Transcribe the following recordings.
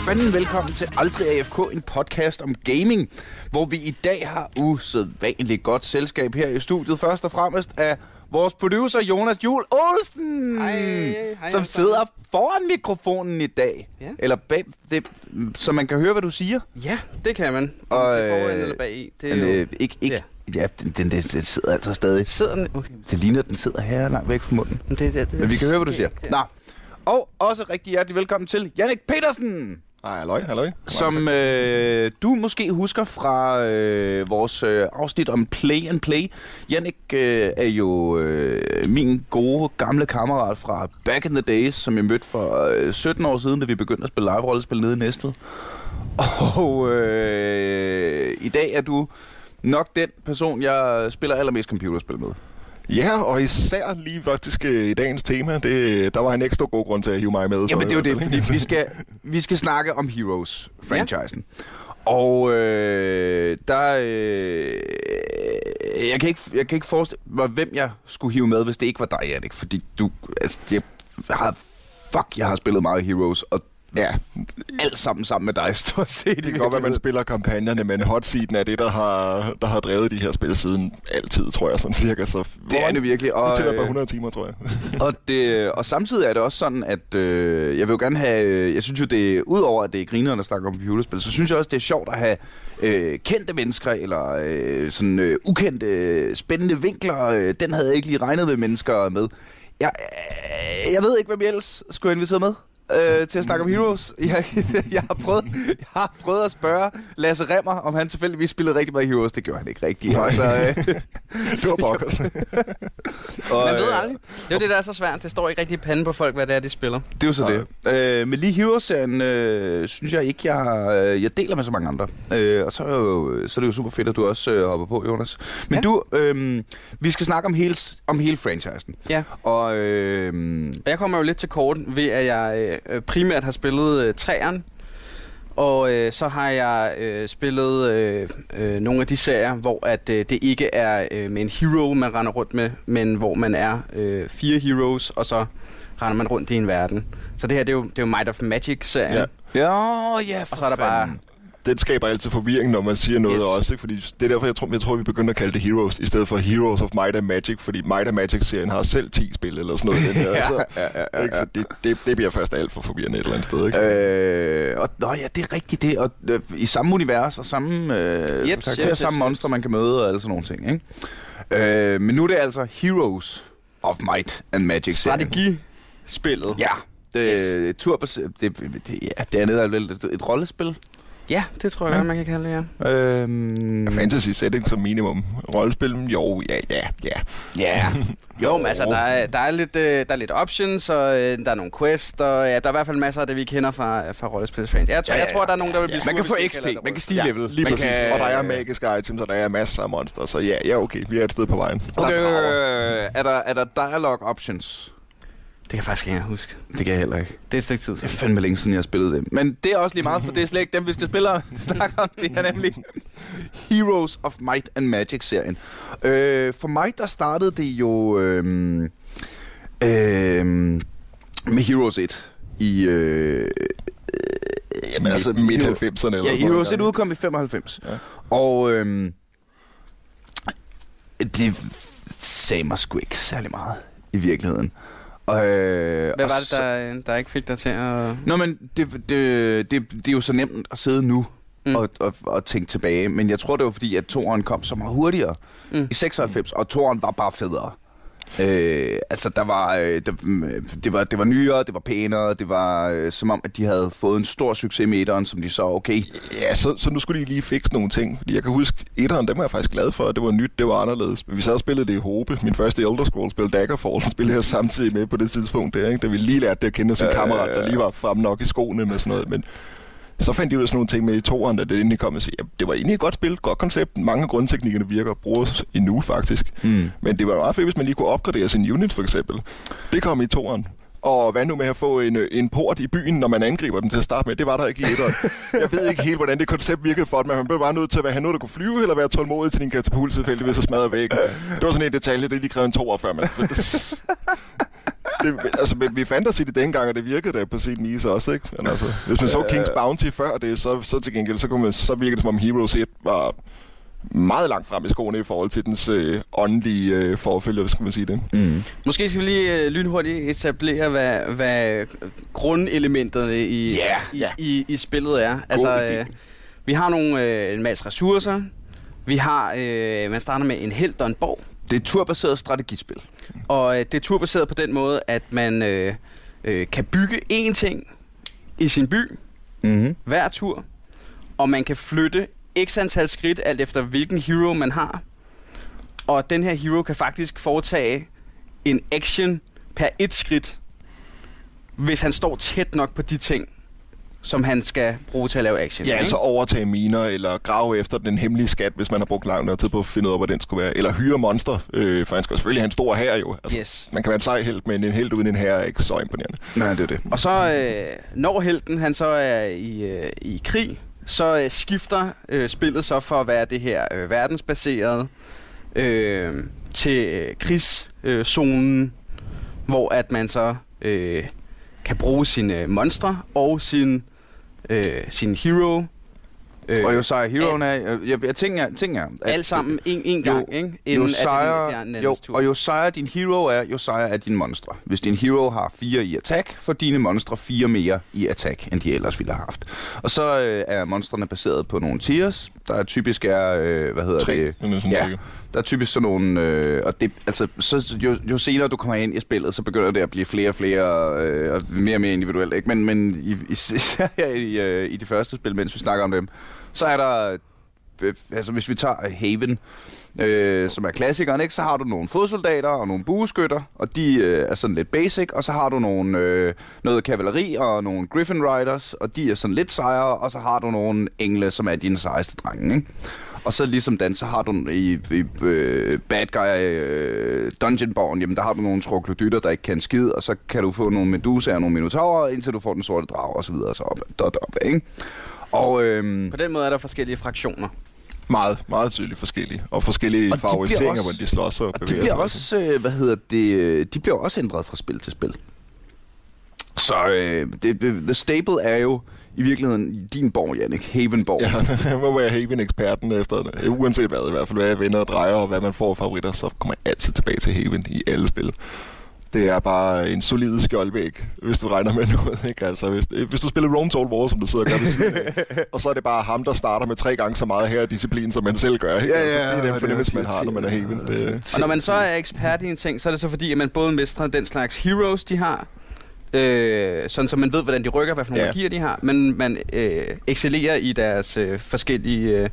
fanden velkommen til Aldrig AFK, en podcast om gaming, hvor vi i dag har usædvanligt godt selskab her i studiet. Først og fremmest af vores producer Jonas Juhl Olsen, som sidder foran mikrofonen i dag. Ja. Eller bag det, så man kan høre, hvad du siger. Ja, det kan man. Og det foran eller bag i. Det er jo... Ikke. Ja, den sidder altså stadig. Sidder den? Okay. Det ligner, at den sidder her langt væk fra munden. Men vi kan høre, hvad du siger. Nå. Og også rigtig hjertelig velkommen til Jannik Petersen. Halløj. Som du måske husker fra vores afsnit om Play and Play. Jannik er jo min gode gamle kammerat fra back in the days, som jeg mødte for 17 år siden, da vi begyndte at spille live-rollespil nede i Næstved. Og i dag er du nok den person, jeg spiller allermest computerspil med. Ja, og især lige faktisk i dagens tema, der var en ekstra god grund til at hive mig med. Jamen det er jo det, fordi vi skal snakke om Heroes-franchisen. Ja. Og jeg kan ikke forestille mig, hvem jeg skulle hive med, hvis det ikke var dig, Jannik. Fordi jeg har spillet meget Heroes, og ja, alt sammen med dig, stort set. Det kan godt være, man spiller kampagnerne, men hotseaten er det, der har drevet de her spil siden altid, tror jeg, sådan cirka. Så det er det virkelig. Og det tæller bare 100 timer, tror jeg. og samtidig er det også sådan, at jeg vil jo gerne have... Jeg synes jo, det udover at det er grineren, der snakker om computerspil, så synes jeg også, det er sjovt at have kendte mennesker, eller sådan ukendte, spændende vinkler. Den havde jeg ikke lige regnet med mennesker med. Jeg ved ikke, hvem jeg ellers skulle invitere med til at snakke om Heroes. Jeg har prøvet at spørge Lasse Remmer, om han tilfældigvis spillede rigtig meget Heroes. Det gjorde han ikke rigtigt. Det var bokkers. Man ved aldrig. Det er jo det, der er så svært. Det står ikke rigtig i panden på folk, hvad det er, de spiller. Det er jo så det. Men lige Heroes-serien synes jeg ikke, jeg deler med så mange andre. Og så er det jo super fedt, at du også hopper på, Jonas. Men vi skal snakke om hele franchisen. Ja. Og jeg kommer jo lidt til kort ved, at jeg primært har spillet træerne, og så har jeg spillet nogle af de serier, hvor at det ikke er med en hero, man render rundt med, men hvor man er 4 heroes, og så render man rundt i en verden. Så det her, det er jo Might of Magic-serien. Ja, og så er der bare... Det skaber altid forvirring, når man siger noget også, ikke? Fordi det er derfor, jeg tror, vi begynder at kalde det Heroes, i stedet for Heroes of Might and Magic, fordi Might and Magic-serien har selv 10 spil, eller sådan noget. Den der, så det bliver først alt for forvirrende et eller andet sted, ikke? Det er rigtigt det, og i samme univers, og samme karakterer, samme monstre, man kan møde, og alle sådan nogle ting, ikke? Men nu er det altså Heroes of Might and Magic-serien. Strategispillet. Ja, det andet er vel et rollespil. Ja, det tror jeg, man kan kalde det, ja. Fantasy setting som minimum. Rollespil, jo, ja. Jo, men altså, der er lidt options, og der er nogle quests, og ja, der er i hvert fald masser af det, vi kender fra rollespilsfans. Jeg tror, der er nogen, der vil blive man kan få XP, man kan stige level. Lige præcis. Og der er magiske items, og der er masser af monster, så ja, okay, vi er et sted på vejen. Okay, er der dialogue options? Det kan jeg faktisk ikke huske. Det kan jeg heller ikke. Det er et stykke tid. Det er fandme længe siden, jeg spillede det. Men det er også lige meget, for det er slet ikke dem, vi skal snakke om. Det er nemlig Heroes of Might and Magic-serien. For mig, der startede det jo med Heroes 1 i... jamen altså midt-90'erne. Ja, Heroes 1 udkom i 95. Ja. Og det sagde mig sgu ikke særlig meget i virkeligheden. Hvad var det, der ikke fik dig til at... Nå, men det er jo så nemt at sidde nu og tænke tilbage. Men jeg tror, det var fordi, at toeren kom så meget hurtigere i 96, og toeren var bare federe. Altså, det var nyere, det var pænere, det var som om, at de havde fået en stor succes med etteren, som de så okay. Ja, så nu skulle de lige fikse nogle ting. Fordi jeg kan huske, etteren, dem var jeg faktisk glad for, det var nyt, det var anderledes. Vi sad og spillede det i Hobe. Min første Elder Scrolls-spil, Daggerfall, spillede jeg samtidig med på det tidspunkt der, ikke? Da vi lige lærte det at kende sin kammerat, der lige var frem nok i skoene med sådan noget, men... Så fandt de ud af sådan nogle ting med i toeren, da det endelig kom og sige, det var egentlig et godt spil, godt koncept. Mange af grundteknikkerne virker og bruges endnu faktisk. Men det var meget fedt, hvis man lige kunne opgradere sin unit for eksempel. Det kom i toeren. Og hvad nu med at få en port i byen, når man angriber den til at starte med? Det var der ikke i etteren. Jeg ved ikke helt, hvordan det koncept virkede for det, men man blev bare nødt til at have noget, der kunne flyve, eller være tålmodig til din katapult, tilfældigvis så smadrer væggen. Det var sådan en detalje, det lige krævede en 2 år før, man. vi fandt det dengang, og det virkede da på sin vis også, ikke? Men altså, hvis man så King's Bounty før det, så til gengæld, så virkede det som om Heroes 1 var meget langt frem i skoene i forhold til dens åndelige forfølger, skal man sige det. Mm. Måske skal vi lige lynhurtigt etablere, hvad grundelementerne i spillet er. Altså, vi har en masse ressourcer. Vi har, man starter med en helt og en borg. Det er turbaseret strategispil. Og det er turbaseret på den måde, at man kan bygge én ting i sin by, hver tur, og man kan flytte x antal skridt, alt efter hvilken hero man har. Og den her hero kan faktisk foretage en action per et skridt, hvis han står tæt nok på de ting, som han skal bruge til at lave action. Ja, altså overtage miner, eller grave efter den hemmelige skat, hvis man har brugt lang nok tid på at finde ud af, hvor den skulle være. Eller hyre monster, for han skal selvfølgelig have en stor hær jo. Altså, yes. Man kan være en sej helt, men en helt uden en hær er ikke så imponerende. Nej, det er det. Og så, når helten han så er i krig, så skifter spillet så for at være det her verdensbaserede til krigszonen, hvor at man så kan bruge sine monstre og sin hero. Og Josiah Heroen er... Jeg tænker alt sammen en gang, ikke? Inden og Josiah, din hero er... Josiah er din monstre. Hvis din hero har 4 i attack, får dine monstre 4 mere i attack, end de ellers ville have haft. Og så er monstrene baseret på nogle tiers. Der er typisk der er typisk sådan nogle... og det, altså, så jo senere du kommer ind i spillet, så begynder det at blive flere og flere og mere og mere individuelt, ikke? Men især i det første spil, mens vi snakker om dem, så er der... Altså, hvis vi tager Haven, som er klassikeren, ikke, så har du nogle fodsoldater og nogle bueskytter, og de er sådan lidt basic, og så har du noget kavaleri og nogle Griffin Riders, og de er sådan lidt sejere, og så har du nogle engle, som er dine sejeste drenge, ikke? Og så ligesom den, så har du i Bad Guy Dungeonborn, jamen der har du nogle troglodytter, der ikke kan skide, og så kan du få nogle medusaer og nogle minotaurer, indtil du får den sorte drage, og så videre, så op, ikke? Og, på den måde er der forskellige fraktioner. Meget, meget tydeligt forskellige. Og forskellige favoriseringer, hvor de slås og bevæger sig. Også, de bliver også ændret fra spil til spil. Så The Stable er jo i virkeligheden din borg, Jannik. Haven-borg. Ja, jeg må være Haven-eksperten efter det. Uanset hvad, i hvert fald hvad jeg vender og drejer, og hvad man får favoritter, så kommer jeg altid tilbage til Haven i alle spil. Det er bare en solid skjoldvæg, hvis du regner med noget, ikke? Altså, hvis du spiller Rome Total War, som du sidder og gør ved siden af, og så er det bare ham, der starter med 3 gange så meget her disciplin, som man selv gør, ikke? Altså, det er den fornemmelse, man har, når man er Haven. Og når man så er ekspert i en ting, så er det så fordi, at man både mestrer den slags heroes, de har, sådan så man ved, hvordan de rykker, hvad for nogle magier de har, men man excellerer i deres forskellige,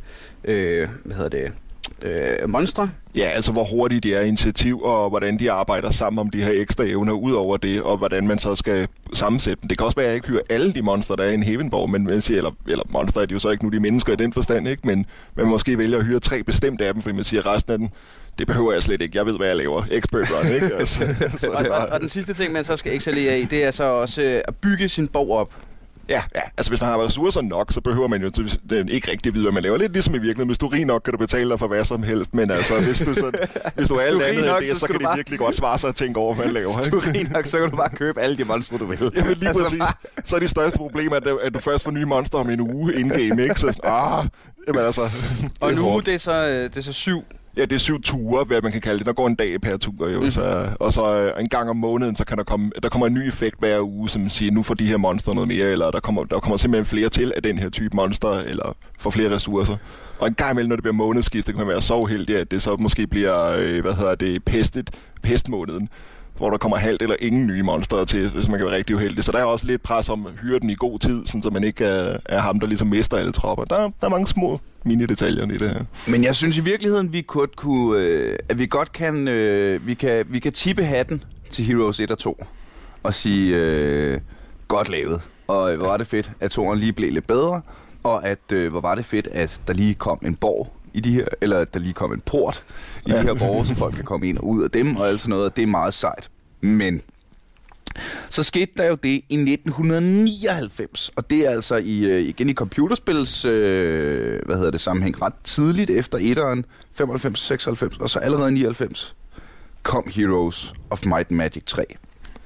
monstre. Ja, altså hvor hurtigt de er i initiativ, og hvordan de arbejder sammen om de her ekstra evner ud over det, og hvordan man så skal sammensætte dem. Det kan også være, at jeg ikke hyrer alle de monster, der er i en Havenborg, men eller monster er de jo så ikke nu de mennesker i den forstand, ikke? Men man måske vælger at hyre 3 bestemte af dem, fordi man siger, resten af dem, det behøver jeg slet ikke. Jeg ved, hvad jeg laver. Expert run, ikke? Altså, og den sidste ting, man så skal excellere i, det er så også at bygge sin borg op. Ja, altså hvis man har ressourcer nok, så behøver man jo ikke rigtig vide, hvad man laver. Lidt ligesom i virkeligheden. Hvis du er rig nok, kan du betale dig for hvad som helst, men altså, hvis du er alt andet end det, så kan det virkelig godt svare sig at tænke over, hvad man laver. Hvis du er rig nok, så kan du bare købe alle de monstre, du vil. Jamen lige præcis. Så er de største problemer, at du først får nye monstre om en uge in-game, ikke? Så, jamen altså... Og en uge, det er så 7... Ja, det er 7 ture, hvad man kan kalde det. Der går en dag per tur, jo. Og så en gang om måneden, så kan der kommer en ny effekt hver uge, som siger, nu får de her monster noget mere, eller der kommer simpelthen flere til af den her type monster, eller får flere ressourcer. Og en gang imellem, når det bliver månedsskift, kan man være så uheldig, at det så måske bliver, pestmåneden, hvor der kommer halvt eller ingen nye monstre til, hvis man kan være rigtig uheldig. Så der er også lidt pres om at hyre den i god tid, sådan, så man ikke er ham, der ligesom mister alle tropper. Der er mange små mini-detaljer i det her. Men jeg synes i virkeligheden, at vi godt kan... Vi kan tippe hatten til Heroes 1 og 2 og sige, godt lavet. Og hvor var det fedt, at 2'eren lige blev lidt bedre, og at hvor var det fedt, at der lige kom en borg i de her, eller at der lige kom en port i de her borge, så folk kan komme ind og ud af dem og alt sådan noget, og det er meget sejt. Men så skete der jo det i 1999, og det er altså igen i computerspils sammenhæng ret tidligt efter 1'eren, 95, 96, og så allerede 99 kom Heroes of Might and Magic 3.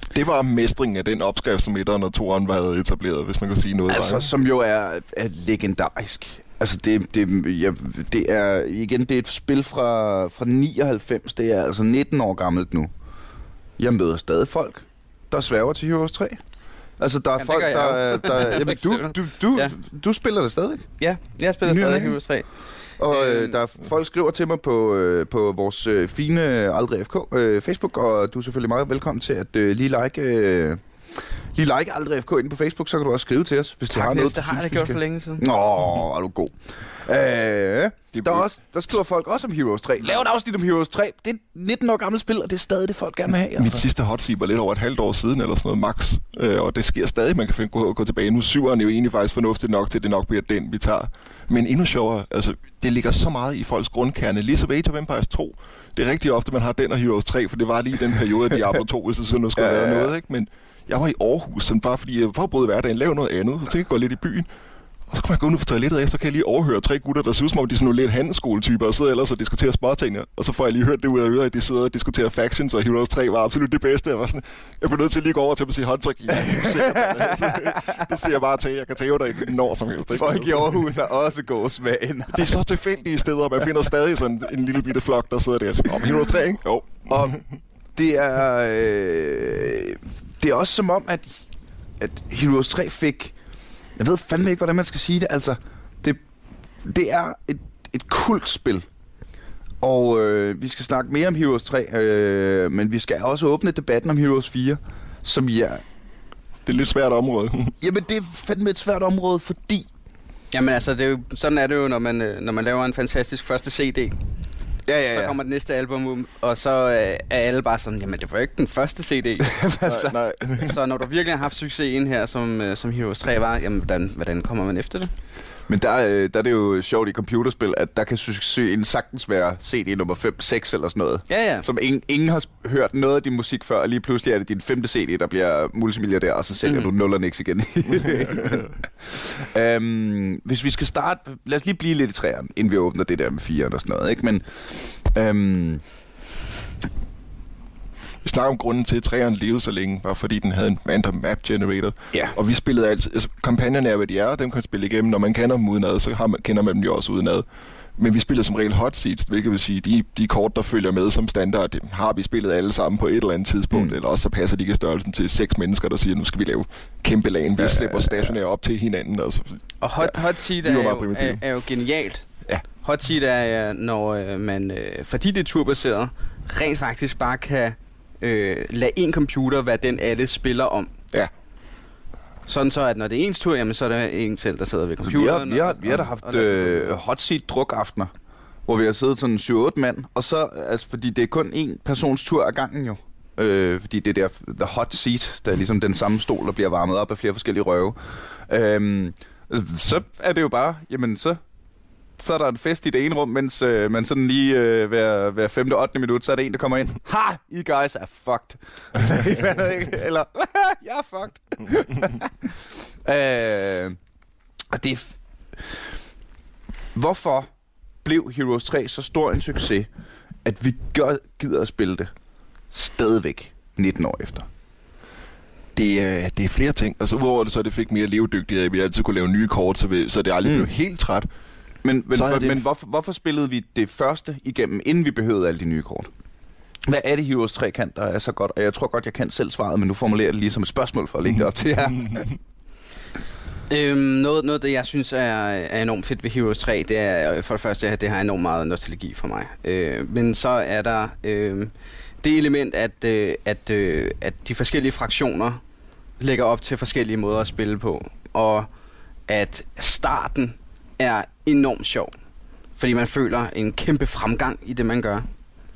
Det var mestringen af den opskrift, som 1'eren og 2'eren var etableret, hvis man kan sige noget. Altså, som jo er legendarisk. Altså, det er igen, det er et spil fra 99. Det er altså 19 år gammelt nu. Jeg møder stadig folk, der sværger til Heroes 3. Altså, der er folk, der jamen, du spiller det stadig? Ja, jeg spiller stadig Heroes 3. Og der er folk skriver til mig på vores fine Aldrig FK Facebook, og du er selvfølgelig meget velkommen til at lige like Aldrig FK inde på Facebook, så kan du også skrive til os, hvis tak, du har noget. Det har jeg gjort for længe siden. Nå, er du god. Der skriver folk også om Heroes 3. Lav et afsnit om Heroes 3. Det er 19 år gammelt spil, og det er stadig det, folk gerne vil have. Altså. Mit sidste hot seat var lidt over et halvt år siden, eller sådan noget max. Og det sker stadig, man kan gå tilbage. Nu 7'eren er jo egentlig faktisk fornuftigt nok til, at det nok bliver den, vi tager. Men endnu sjovere, altså, det ligger så meget i folks grundkerne. Ligesom Age of Empires 2. Det er rigtig ofte, man har den og Heroes 3, for det var lige den periode af Diablo 2, hvis det sådan noget skulle være noget, ikke? Men jeg var i Aarhus, sådan bare fordi jeg var på hverdagen, lave noget andet, så tænkte jeg gå lidt i byen. Og så kan man gå ud for toilettet efter, så kan jeg lige overhøre 3 gutter, der ser ud som om de er sådan nogle lidt handelsskoletyper, og sidder ellers og diskuterer småtingene. Og så får jeg lige hørt det ud af øret, at de sidder og diskuterer factions, og Heroes 3 var absolut det bedste. Jeg blev nødt til at lige gå over til at sige håndtryk. Ja, det siger jeg bare til. Jeg kan tage dig når som helst. Folk i Aarhus er også gode smagen. Det er så tilfældige steder, og man finder stadig sådan en lille bitte flok, der sidder der og siger, Heroes 3, ikke? Jo. Og det er også som om, at Heroes 3 fik... Jeg ved fandme ikke, hvordan man skal sige det. Altså, det er et kultspil. Og vi skal snakke mere om Heroes 3, men vi skal også åbne debatten om Heroes 4, som det er et lidt svært område. Jamen, det er fandme et svært område, fordi... Jamen altså, det er jo, sådan er det jo, når man laver en fantastisk første CD. Ja. Så kommer det næste album, og så er alle bare sådan, jamen det var ikke den første CD. Nej. Så når du virkelig har haft succesen her, som Heroes 3 var, jamen hvordan kommer man efter det? Men der er det jo sjovt i computerspil, at der kan succesen sagtens være CD nummer 5, 6 eller sådan noget. Ja. Som ingen har hørt noget af din musik før, og lige pludselig er det din 5. CD, der bliver multimilliardær, og så sælger du 0 og niks igen. Hvis vi skal starte, lad os lige blive lidt i 3'eren, inden vi åbner det der med 4'eren og sådan noget, ikke? Men... Vi snakker om grunden til, at 3'eren levede så længe, var fordi den havde en random map generator. Ja. Og vi spillede altid... Altså, kampagnerne er, hvad de er, dem kan man spille igennem. Når man kender dem udenad, så kender man dem jo også udenad. Men vi spiller som regel hot seats, hvilket vil sige, de kort, der følger med som standard, det har vi spillet alle sammen på et eller andet tidspunkt. Eller også så passer de ikke størrelsen til 6 mennesker, der siger, nu skal vi lave kæmpe lag. Vi slipper stationære op til hinanden. Og hot seat er jo genialt. Ja. Hot seat er, når man, fordi det er turbaseret, rent faktisk bare kan lade en computer være den, alle spiller om. Ja. Sådan så, at når det er ens tur, jamen, så er det en selv, der sidder ved computeren. Vi har da haft hot seat drukaftener, hvor vi har siddet sådan 7-8 mand, og så, altså, fordi det er kun én persons tur ad gangen jo. Fordi det der the hot seat, der er ligesom den samme stol, der bliver varmet op af flere forskellige røve. Så er det jo bare, jamen så er der en fest i det ene rum, mens man sådan lige hver 5. og 8. minut, så er det en, der kommer ind. Ha! You guys are fucked. Eller, jeg er fucked. Og det hvorfor blev Heroes 3 så stor en succes, at vi gider at spille det stadigvæk 19 år efter? Det er flere ting. Altså udover det, så det fik mere levedygtighed, at vi altid kunne lave nye kort, så det aldrig blev helt træt. Men hvorfor spillede vi det første igennem, inden vi behøvede alle de nye kort? Hvad er det, Heroes 3 kan, der er så godt? Og jeg tror godt, jeg kan selv svaret, men nu formulerer det lige som et spørgsmål for at lægge det op til jer. Noget det jeg synes er enormt fedt ved Heroes 3, det er for det første, at det har enormt meget nostalgi for mig. Men så er der det element, at de forskellige fraktioner lægger op til forskellige måder at spille på. Og at starten er enormt sjov, fordi man føler en kæmpe fremgang i det, man gør.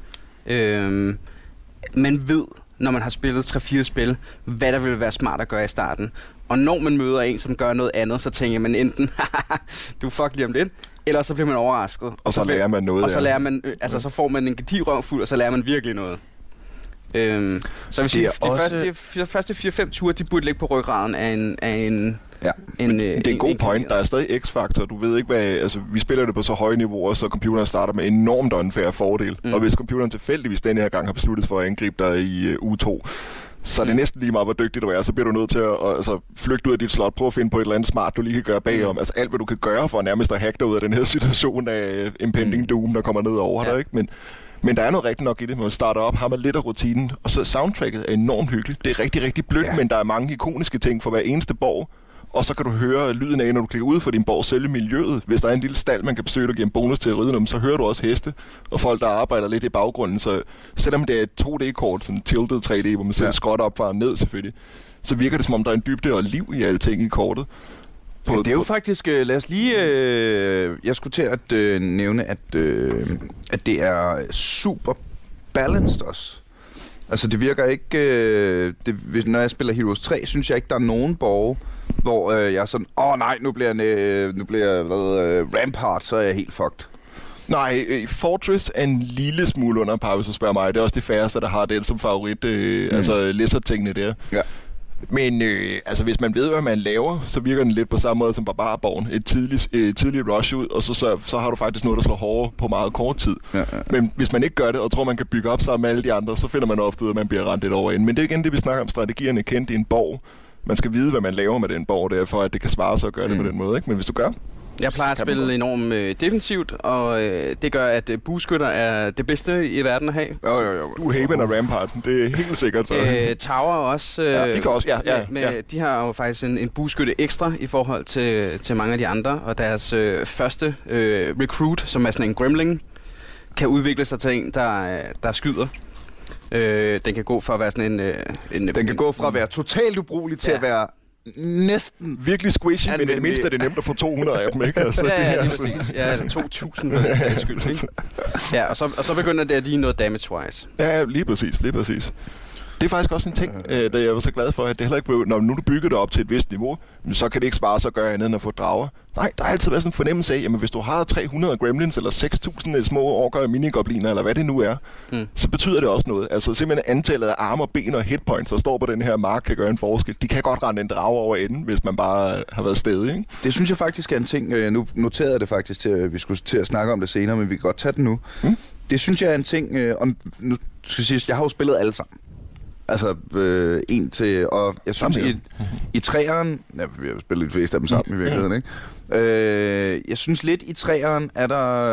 Man ved, når man har spillet 3-4 spil, hvad der vil være smart at gøre i starten. Og når man møder en, som gør noget andet, så tænker man enten, du fuck lige om lidt, eller så bliver man overrasket. Og så lærer man noget. Og så lærer man, så får man en gedigrøv fuld, og så lærer man virkelig noget. Så jeg vil sige, de første 4-5 ture, de burde ligge på ryggraden af en det er en god point. Der er stadig X-faktor. Du ved ikke, hvad... Altså, vi spiller det på så høje niveauer, så computeren starter med enormt unfair fordel. Og hvis computeren tilfældigvis denne her gang har besluttet for at angribe dig i uge 2, Så det er næsten lige meget, hvor dygtig du er, så bliver du nødt til at flygte ud af dit slot, prøve at finde på et eller andet smart, du lige kan gøre bagom. Altså alt, hvad du kan gøre for nærmest at hacke dig ud af den her situation af impending doom, der kommer ned over dig, ikke? Men der er noget rigtigt nok i det, man starter op, har man lidt af rutinen, og så soundtracket er enormt hyggeligt. Det er rigtig, rigtig blødt, men der er mange ikoniske ting for hver eneste borg. Og så kan du høre lyden af, når du klikker ud for din borg, selve miljøet. Hvis der er en lille stald, man kan besøge, der giver en bonus til at ride dem, så hører du også heste og folk, der arbejder lidt i baggrunden. Så selvom det er et 2D-kort, sådan tilted 3D, hvor man sætter skråt op og ned selvfølgelig, så virker det, som om der er en dybde og liv i alle ting i kortet. Ja, det er jo faktisk, lad os lige, jeg skulle til at nævne, at det er super balanced også. Altså det virker ikke, når jeg spiller Heroes 3, synes jeg ikke, der er nogen borge, hvor jeg er sådan, nej, nu bliver jeg Rampart, så er jeg helt fucked. Nej, Fortress er en lille smule under par, hvis du spørger mig. Det er også de færreste, der har det som favorit, altså læser-tingene der. Ja. Men altså, hvis man ved, hvad man laver, så virker den lidt på samme måde som Barbarborgen. Et tidligt rush ud, og så har du faktisk noget, der slår hårdere på meget kort tid. Ja. Men hvis man ikke gør det, og tror, man kan bygge op sammen med alle de andre, så finder man ofte ud, at man bliver rendt lidt over ind. Men det er igen det, vi snakker om strategierne kendt i en borg. Man skal vide, hvad man laver med den borg, der, for at det kan svare sig at gøre det på den måde. Ikke? Men hvis du gør... Jeg plejer at spille enormt defensivt, og det gør, at bueskytter er det bedste i verden at have. Jo. Du er Haven og Rampart, det er helt sikkert. Så. Tower også. De kan også, ja. De har jo faktisk en bueskytte ekstra i forhold til mange af de andre, og deres første recruit, som er sådan en gremling, kan udvikle sig til en, der skyder. Den kan gå fra at være sådan den kan gå fra at være totalt ubrugelig til at være næsten virkelig squishy, men i det mindste er det nemt at få 200 af dem, ikke? Altså, eller 2.000 for den sags skyld, ikke? Ja, og så begynder det at lige noget damage-wise. Ja, lige præcis. Det er faktisk også en ting, der jeg var så glad for, at det heller ikke blev, når nu du bygger det op til et vist niveau, så kan det ikke spare sig at gøre andet end at få drager. Nej, der har altid været sådan en fornemmelse af, jamen hvis du har 300 gremlins eller 6.000 små orker minigobliner, eller hvad det nu er, så betyder det også noget. Altså simpelthen antallet af arme og ben og hitpoints, der står på den her mark, kan gøre en forskel. De kan godt rende en drage over enden, hvis man bare har været stedig, ikke? Det synes jeg faktisk er en ting. Nu noterede jeg det faktisk til, at vi skulle til at snakke om det senere, men vi kan godt tage det nu. Det synes jeg er en ting, nu skal jeg sige, jeg har jo spillet alle sammen. Altså, en til... Og jeg synes, i træeren... Ja, vi har spillet de fleste af dem sammen i virkeligheden, ikke? Jeg synes lidt i træeren er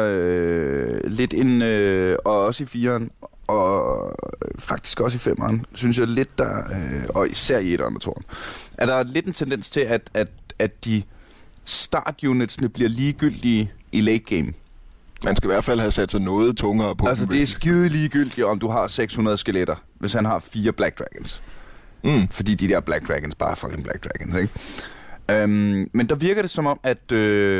der lidt en... og også i fireren, og faktisk også i femeren, synes jeg lidt der... og især i etteren og toeren, er der lidt en tendens til, at de start-unitsene bliver ligegyldige i late game. Man skal i hvert fald have sat sig noget tungere på. Altså, det er skide ligegyldigt, om du har 600 skeletter, hvis han har 4 Black Dragons. Fordi de der Black Dragons bare er fucking Black Dragons, ikke? Men der virker det som om, at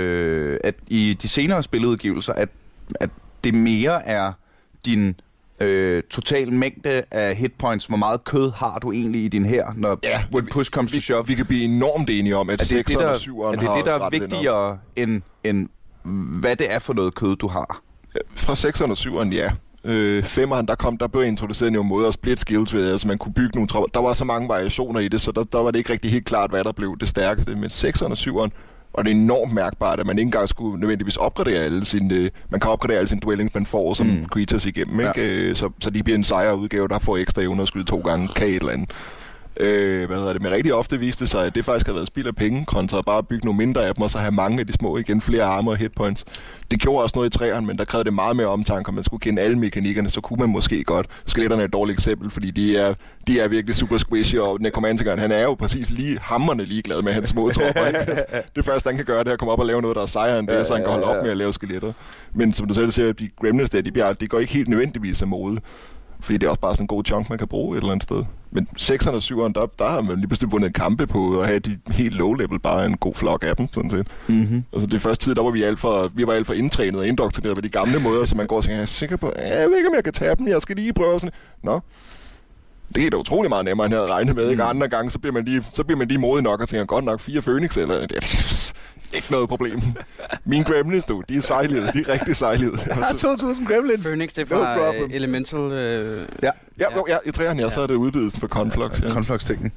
i de senere spiludgivelser, at det mere er din total mængde af hitpoints. Hvor meget kød har du egentlig i din hær, når when push comes to shove? Vi kan blive enormt enige om, at 6'eren og 7'eren har... Er det det, der er vigtigere end hvad det er for noget kød, du har? Fra 6'eren og 7'eren, ja. 5'eren, der blev introduceret en måde at split skills ved, altså man kunne bygge nogle tropper. Der var så mange variationer i det, så der var det ikke rigtig helt klart, hvad der blev det stærkeste. Men 6'eren og 7'eren var det enormt mærkbart, at man ikke engang skulle nødvendigvis opgradere alle sine... man kan opgradere alle sine dwellings, man får som creatures igennem, ikke? Så de bliver en sejre udgave, der får ekstra evner at skyde 2 gange, kan et eller andet. Men rigtig ofte viste det sig, at det faktisk har været spild af penge, kontra bare at bygge nogle mindre af dem, og så have mange af de små igen, flere arme og hitpoints. Det gjorde også noget i træerne, men der krævede det meget mere omtanke, og man skulle kende alle mekanikkerne, så kunne man måske godt. Skeletterne er et dårligt eksempel, fordi de er virkelig super squishy, og Necromanticeren, han er jo præcis hamrende ligeglad med hans små tropper. Det første, han kan gøre, det er at komme op og lave noget, der er sejere end det, så han kan holde op med at lave skeletter. Men som du selv siger, de gremlins der, de går ikke helt nødvendigvis af mode. Fordi det er også bare sådan en god chunk, man kan bruge et eller andet sted. Men 6'eren og 7'eren, der har man lige pludselig vundet kampe på at have de helt low-level, bare en god flok af dem, sådan set. Altså det første tid, der var vi var alt for indtrænet og indoktrineret ved de gamle måder, så man går og siger, jeg er sikker på, jeg ved ikke, om jeg kan tage dem, jeg skal lige prøve sådan. Nå, det er da utrolig meget nemmere, end jeg havde regnet med. Ikke? Andre gange, så bliver man lige modig nok og tænker, godt nok 4 Phoenix, eller det er ikke noget problem. Mine gremlins, de er sejlede. De er rigtig sejlede. Jeg har 2.000 gremlins. Phoenix, det er fra Elemental... Ja, i træerne, så er det udvidelsen for Conflux. Ja. Conflux-tingen.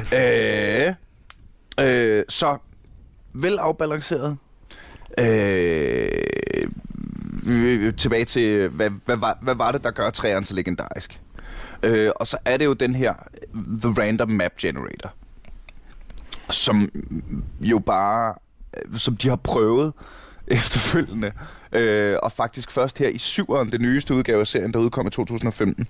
Så, vel afbalanceret. Tilbage til, hvad var det, der gør træerne så legendarisk? Og så er det jo den her The Random Map Generator, som jo bare, som de har prøvet efterfølgende, og faktisk først her i 7'eren, det nyeste udgave af serien, der udkom i 2015.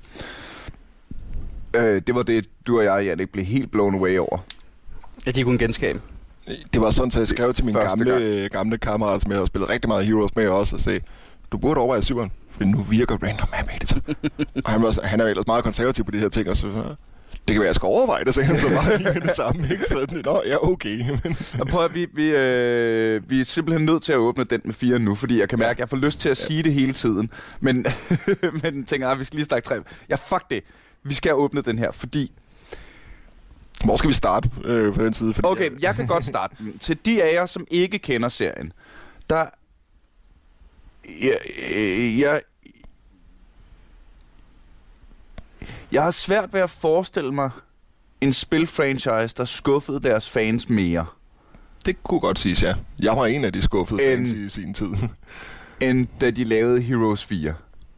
Det var det, du og jeg, Jannik, blev helt blown away over. At de kunne genskabe. Det var sådan, at jeg skrev til mine gamle kammerater, som jeg har spillet rigtig meget Heroes med også, og sagde, du burde overveje 7'eren, for nu virker Random Map Editor. Og han er ellers meget konservativ på de her ting, og så det kan være, at jeg skal overveje det, sagde han så meget med det samme. Ikke? Så nå, ja, okay. Og prøv at vi er simpelthen nødt til at åbne den med 4 nu, fordi jeg kan mærke, at jeg får lyst til at sige det hele tiden. Men tænker jeg, vi skal lige snakke 3. Ja, fuck det. Vi skal åbne den her, fordi... Hvor skal vi starte på den side? Fordi okay, jeg kan godt starte den. Til de af jer, som ikke kender serien, der... Jeg har svært ved at forestille mig en spilfranchise, der skuffede deres fans mere. Det kunne godt siges, ja. Jeg var en af de skuffede fans i sin tid. End da de lavede Heroes 4.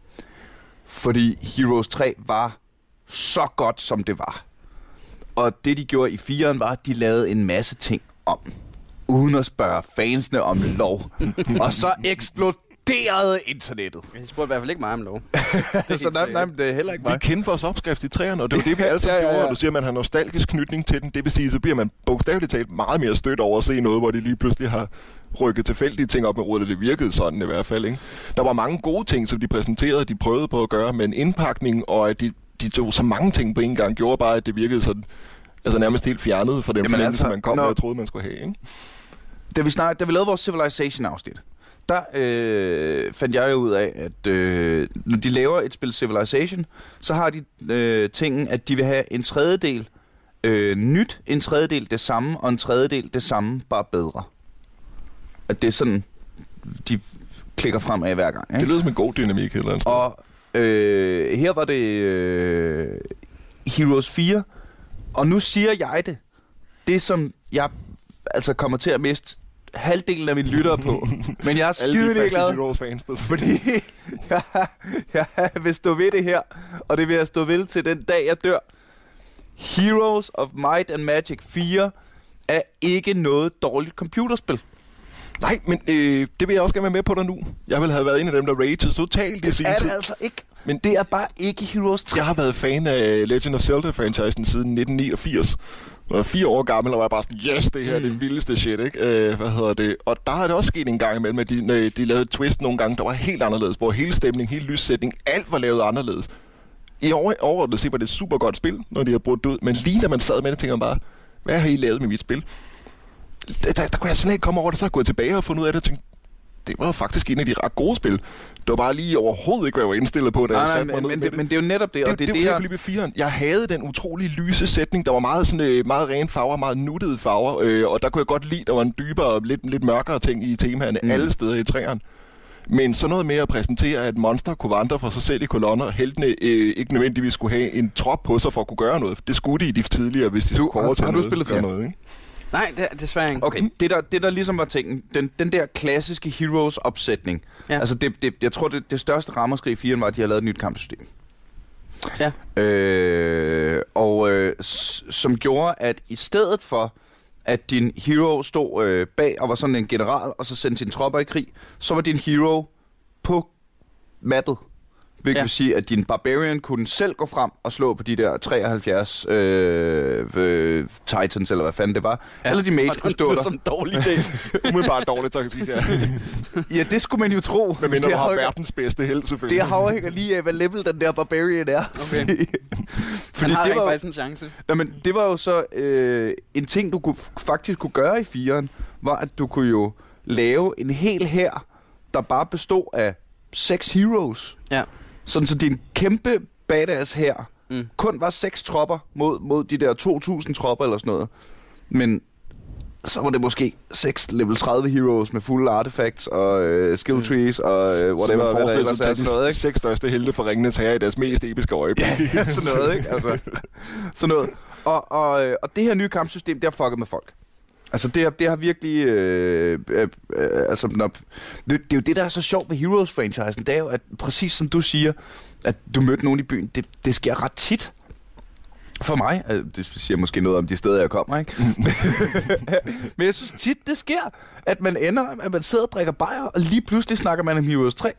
Fordi Heroes 3 var så godt, som det var. Og det, de gjorde i 4'eren, var, at de lavede en masse ting om. Uden at spørge fansene om lov. Og så eksploderede internettet. Jeg spurgte i hvert fald ikke meget om lov. Så nej, det er heller ikke mig. Vi kendte vores opskrift i 3'erne, og det var det, vi alle sammen gjorde. Og du siger, at man har nostalgisk knytning til den. Det vil sige, så bliver man bogstaveligt talt meget mere stødt over at se noget, hvor de lige pludselig har rykket tilfældige ting op med rodet. Det virkede sådan i hvert fald, ikke? Der var mange gode ting, som de præsenterede, de prøvede på at gøre, men indpakning og at de tog så mange ting på en gang, gjorde bare, at det virkede sådan, altså nærmest helt fjernet for den fornemmelse, man kom med og troede, man skulle have, ikke? Da vi lavede vores Civilization-afsnit, der fandt jeg jo ud af, at når de laver et spil Civilization, så har de tingen, at de vil have en tredjedel nyt, en tredjedel det samme, og en tredjedel det samme, bare bedre. At det er sådan, de klikker fremad hver gang. Ikke? Det lyder som en god dynamik et eller andet sted. Og her var det Heroes 4, og nu siger jeg det. Det, som jeg altså kommer til at miste halvdelen af mine lyttere på. Men jeg er skidelig glad, fordi jeg vil stå ved det her, og det vil jeg stå ved til den dag, jeg dør. Heroes of Might and Magic 4 er ikke noget dårligt computerspil. Nej, men det vil jeg også gerne være med på dig nu. Jeg vil have været en af dem, der ragede totalt i sin tid. Det er det altså ikke. Men det er bare ikke Heroes 3. Jeg har været fan af Legend of Zelda-franchisen siden 1989. Jeg var 4 år gammel, og var bare sådan, yes, det her er det vildeste shit, ikke? Hvad hedder det? Og der har det også sket en gang imellem, at de lavede et twist nogle gange, der var helt anderledes, hvor hele stemning, hele lyssætning, alt var lavet anderledes. I overordnet set var det et super godt spil, når de havde brugt det ud, men lige da man sad med det, tænkte man bare, hvad har I lavet med mit spil? Der kunne jeg slet ikke komme over det, så gået tilbage og fundet ud af det, og tænkte, det var faktisk en af de ret gode spil. Det var bare lige overhovedet ikke, hvad jeg var indstillet på, da jeg satte mig ned med det. Men det er jo netop det, og det er det, jeg... Jeg havde den utrolig lyse sætning, der var meget, sådan, meget rene farver, meget nuttede farver, og der kunne jeg godt lide, der var en dybere og lidt mørkere ting i temaerne alle steder i træerne. Men så noget med at præsentere, at monster kunne vandre for sig selv i kolonner, og heltene ikke nødvendigvis skulle have en trop på sig for at kunne gøre noget. Det skulle de i de tidligere, hvis de skulle overtage noget. Har du spillet noget, ikke? Nej, det er desværre ikke. Okay, det der ligesom var tingen, den der klassiske Heroes-opsætning, ja. Altså jeg tror, det største rammerskrig i 4'eren var, at de har lavet et nyt kampsystem. Ja. Som gjorde, at i stedet for, at din hero stod bag og var sådan en general, og så sendte sine tropper i krig, så var din hero på mappet. Hvilket vil sige, at din barbarian kunne selv gå frem og slå på de der 73 titans, eller hvad fanden det var. Ja. Eller de mage kunne stå der. Som dårlig idé. Umiddelbart dårligt, så kan jeg sige. Ja, det skulle man jo tro. Men mindre du har verdens bedste held, selvfølgelig. Det afhænger lige af, hvad level den der barbarian er. Okay. Fordi han har ikke faktisk en chance. Nå, men det var jo så en ting, du faktisk kunne gøre i 4'eren, var, at du kunne jo lave en hel hær, der bare bestod af 6 heroes. Ja. Sådan så din kæmpe badass her kun var 6 tropper mod de der 2.000 tropper eller sådan noget. Men så var det måske 6 level 30 heroes med fulde artifacts og skill trees og whatever. Så man forestiller sig til de 6 største helte for Ringenes Herre i deres mest episke øjeblik. Ja, sådan noget, ikke? Altså, sådan noget. Og det her nye kampsystem, det har fucket med folk. Altså, det har virkelig... altså, det er jo det, der er så sjovt ved Heroes-franchisen. Det er jo, at præcis som du siger, at du mødte nogen i byen, det sker ret tit. For mig, det siger måske noget om de steder, jeg kommer, ikke? Men jeg synes tit, det sker, at man sidder og drikker bajer, og lige pludselig snakker man om Heroes 3.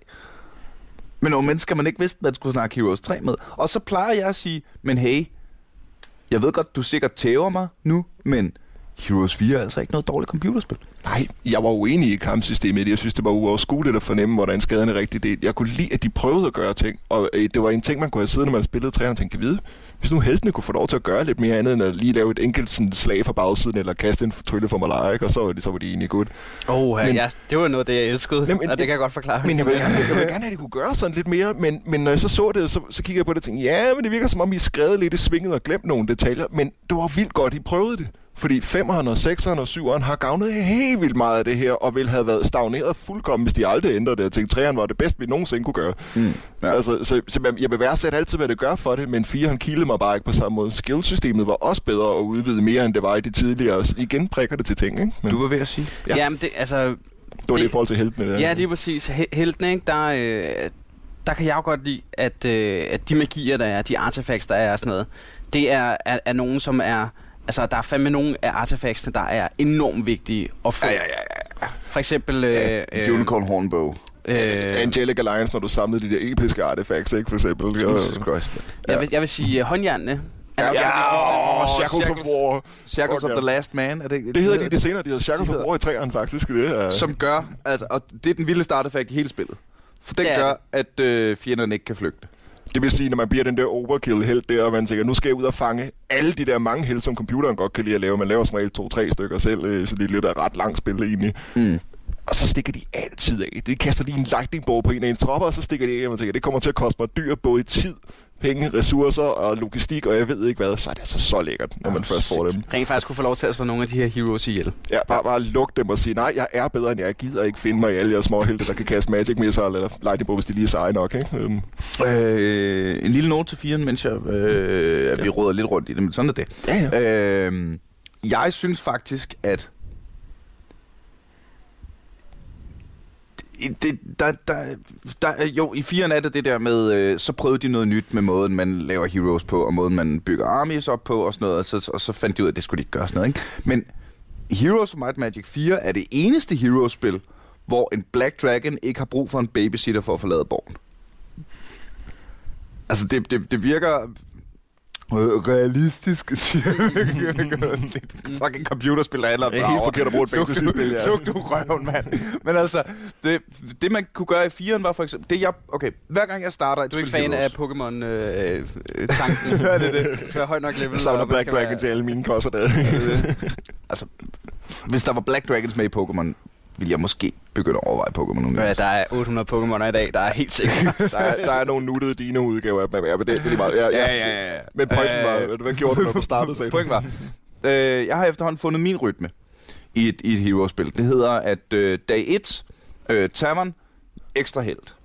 Men nogle mennesker, man ikke vidste, man skulle snakke Heroes 3 med. Og så plejer jeg at sige, men hey, jeg ved godt, du sikkert tæver mig nu, men Heroes 4 er altså ikke noget dårligt computerspil. Nej, jeg var uenig i kampsystemet. Jeg synes, det var uoverskueligt at fornemme, hvordan skaden er rigtig del. Jeg kunne lide, at de prøvede at gøre ting, og det var en ting, man kunne have siddet, når man spillede 3'eren og tænkte, vide, hvis nu heltene kunne få lov til at gøre lidt mere andet, end at lige lave et enkelt sådan, slag fra bagsiden, eller kaste en trylle for Malar, ikke? Og så var de egentlig godt. Ja, det var noget, det jeg elskede, og det kan jeg godt forklare. Men jeg vil gerne have, at de kunne gøre sådan lidt mere, men når jeg så det, så kiggede jeg på det og tænkte, ja, men det virker som om, I skrev lidt i svinget og glemt nogle detaljer, men det var vildt godt, I prøvede det. Fordi 5'eren og 6'eren og 7'eren har gavnet helt vildt meget af det her, og ville have været stagneret fuldkommen, hvis de aldrig ændrede det. Jeg tænkte, 3'eren var det bedste, vi nogensinde kunne gøre. Ja. Altså, så jeg vil værdsætte altid, hvad det gør for det, men 4'eren kildede mig bare ikke på samme måde. Skillsystemet var også bedre at udvide mere, end det var i de tidligere. Og igen prikker det til ting, ikke? Men, du var ved at sige? Ja. Jamen, det, altså... Det var det i forhold til heltene. Der. Ja, lige præcis. Heltene, ikke? Der kan jeg jo godt lide, at de magier, der er, de artefacts, der er og sådan noget, det er nogen, som er... Altså, der er fandme nogle af artefactsene, der er enormt vigtige at få. Ja. For eksempel... Unicorn Hornbow. Angelic Alliance, når du samlede de der episke artefacts, ikke? For eksempel. Jesus Christ. Jeg vil sige håndjernene. Shackles of War. Shackles of the Last Man. Det hedder de senere. De hedder Shackles of War i 3'eren, faktisk. Det er... Som gør... Altså, og det er den vildeste artefakt i hele spillet. For den gør, at fjenderne ikke kan flygte. Det vil sige, når man bliver den der overkill-helt der, og man tænker, nu skal jeg ud og fange alle de der mange held, som computeren godt kan lide at lave. Man laver som regel 2-3 stykker selv, så det løber et ret langt spil egentlig. Og så stikker de altid af. De kaster lige en lightning bolt på en af ens tropper, og så stikker de af, og man tænker, det kommer til at koste mig dyr, både i tid, penge, ressourcer og logistik, og jeg ved ikke hvad, så er det altså så lækkert, når man først får dem. Rent faktisk kunne få lov til at slå nogle af de her heroes ihjel. Ja, bare lukke dem og sige, nej, jeg er bedre end jeg gider ikke finde mig i alle jeres små helte, der kan kaste magic missile eller lightning bolt, hvis de lige er seje nok, ikke? En lille note til 4'eren, mens vi råder lidt rundt i det, men sådan er det. Ja. Jeg synes faktisk, at i 4'eren er det der med, så prøvede de noget nyt med måden, man laver heroes på, og måden, man bygger armies op på, og sådan noget, og så fandt de ud af, at det skulle de ikke gøre sådan noget, ikke? Men Heroes of Might Magic 4 er det eneste Heroes-spil, hvor en Black Dragon ikke har brug for en babysitter for at forlade borgen. Altså, det virker... realistisk, siger det fucking computerspil, der handler om. Det er helt forkert at bruge et fantasy-spil, ja. Luk du røven, mand. Men altså, det man kunne gøre i 4'eren var for eksempel... hver gang jeg starter et spil... Du er ikke fan af Pokémon-tanken? Ja, det. Det skal være højt nok level. Jeg samler Black Dragon til alle mine kosser der. Altså, hvis der var Black Dragons med i Pokémon, vil jeg måske begynde at overveje Pokémon nogle gange. Ja, der er 800 Pokémoner i dag, der er helt sikkert. der er nogle nuttede dino-udgaver af dem, men det er lige meget. Ja. Men pointen var, hvad gjorde du, når du startede, sagde du? Pointen var, jeg har efterhånden fundet min rytme i et Hero-spil. Det hedder, at dag 1, tavern, ekstra helt.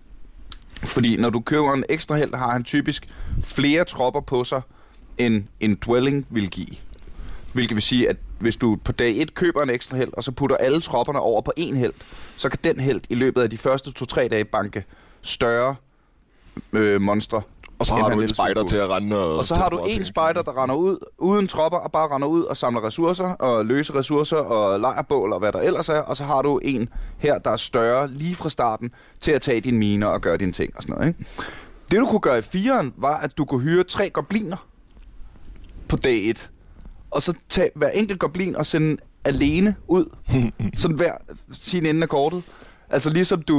Fordi når du køber en ekstra helt, har han typisk flere tropper på sig, end en dwelling vil give. Hvilket vil sige, at hvis du på dag 1 køber en ekstra helt, og så putter alle tropperne over på en helt, så kan den helt i løbet af de første 2-3 dage banke større monstre. Og så har du en spider til at rende. Og så har du en spider, der render ud uden tropper, og bare render ud og samler ressourcer, og løser ressourcer, og lejrbål, og hvad der ellers er. Og så har du en her, der er større lige fra starten, til at tage dine miner og gøre dine ting og sådan noget, ikke? Det du kunne gøre i 4'eren, var, at du kunne hyre 3 gobliner på dag 1. Og så tage hver enkelt goblin og sende alene ud. Sådan hver sin ende af kortet. Altså ligesom du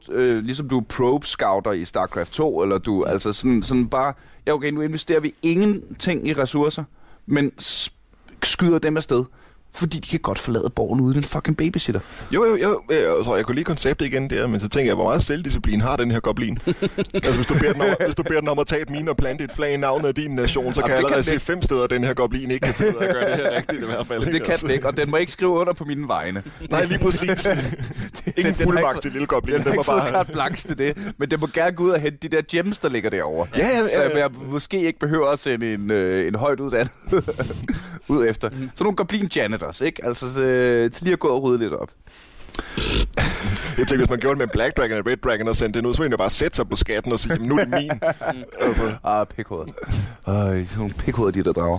er probe-scouter i StarCraft 2, eller du altså sådan bare, ja okay, nu investerer vi ingenting i ressourcer, men skyder dem afsted. Fordi de kan godt forlade borgen uden en fucking babysitter. Jo. Jeg kunne lide konceptet igen der, men så tænker jeg, hvor meget selvdisciplin har den her goblin? Altså, hvis du beder den om at tage et mine og plante et flag i navnet af din nation, så kan jeg allerede se 5 steder, at den her goblin ikke kan finde ud af at gøre det her rigtigt i hvert fald. Det kan den ikke, og den må ikke skrive under på mine vegne. Nej, lige præcis. Ingen fuldmagt til lille goblin. Den har ikke fået carte blanche til det, men den må gerne gå ud og hente de der gems, der ligger derovre. Ja. Så jeg måske ikke behøver at sende en højt uddannet ud efter. Så nogle goblin janitor. Predators, ikke? Altså, til lige at gå og rydde lidt op. Jeg tænker, hvis man gjorde det med en Black Dragon og Red Dragon og sendte det ud, så ville jeg bare sætte sig på skatten og sige, nu er det min. Altså. Pikhoveder. Sådan nogle pikhoveder, de der drager.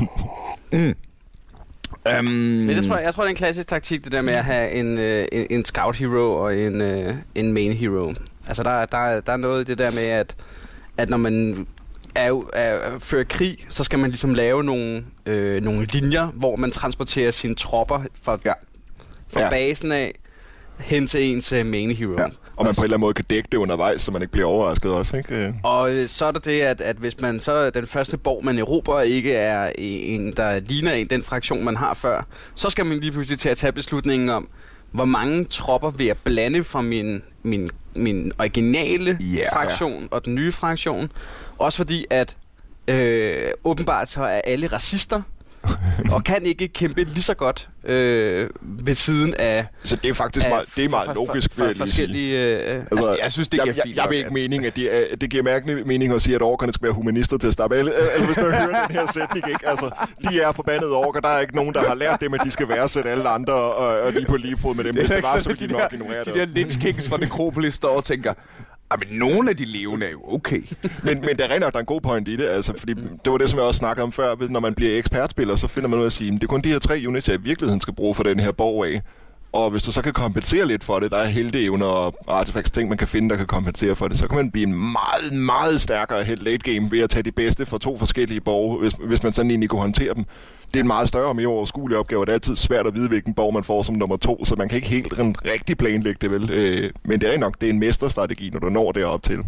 Men jeg tror, det er en klassisk taktik, det der med at have en scout hero og en main hero. Altså, der er noget i det der med, at når man fører krig, så skal man ligesom lave nogle linjer, hvor man transporterer sine tropper fra basen af hen til ens main hero. Ja. Og man på en eller anden måde kan dække det undervejs, så man ikke bliver overrasket også, ikke? Og så er der det, at hvis man så den første borg, man erobrer, ikke er en, der ligner den fraktion, man har før, så skal man lige pludselig til at tage beslutningen om, hvor mange tropper vil jeg blande fra min originale fraktion og den nye fraktion. Også fordi, at åbenbart så er alle racister, og kan ikke kæmpe lige så godt ved siden af... Så det er faktisk meget logisk, vil jeg lige sige. Altså, jeg synes, det giver fint. Jeg vil ikke mening, at det giver mærkelig mening at sige, at orkerne skal være humanister til at starte. Eller hvis du hører den her sætning, ikke? Altså, de er forbandede orker. Der er ikke nogen, der har lært dem, at de skal værdsætte alle andre og lige på lige fod med dem. Hvis det var, så ville de nok ignorere det. De der Lynch Kings fra Necropolis står og tænker... Men nogle af de levende er jo okay. men det er rent nok, der er en god point i det, altså, fordi det var det, som jeg også snakkede om før. Når man bliver ekspertspiller, så finder man ud af at sige, det er kun de her 3 units, jeg i virkeligheden skal bruge for den her borg af. Og hvis du så kan kompensere lidt for det, der er helteevner og artefacts ting, man kan finde, der kan kompensere for det, så kan man blive en meget, meget stærkere helt late game ved at tage de bedste fra 2 forskellige borge, hvis man sådan egentlig kunne håndtere dem. Det er en meget større og mere overskuelig opgave, og det er altid svært at vide, hvilken borg man får som nummer 2, så man kan ikke helt rigtig planlægge det, vel. Men det er nok, det er en mesterstrategi, når du når derop til.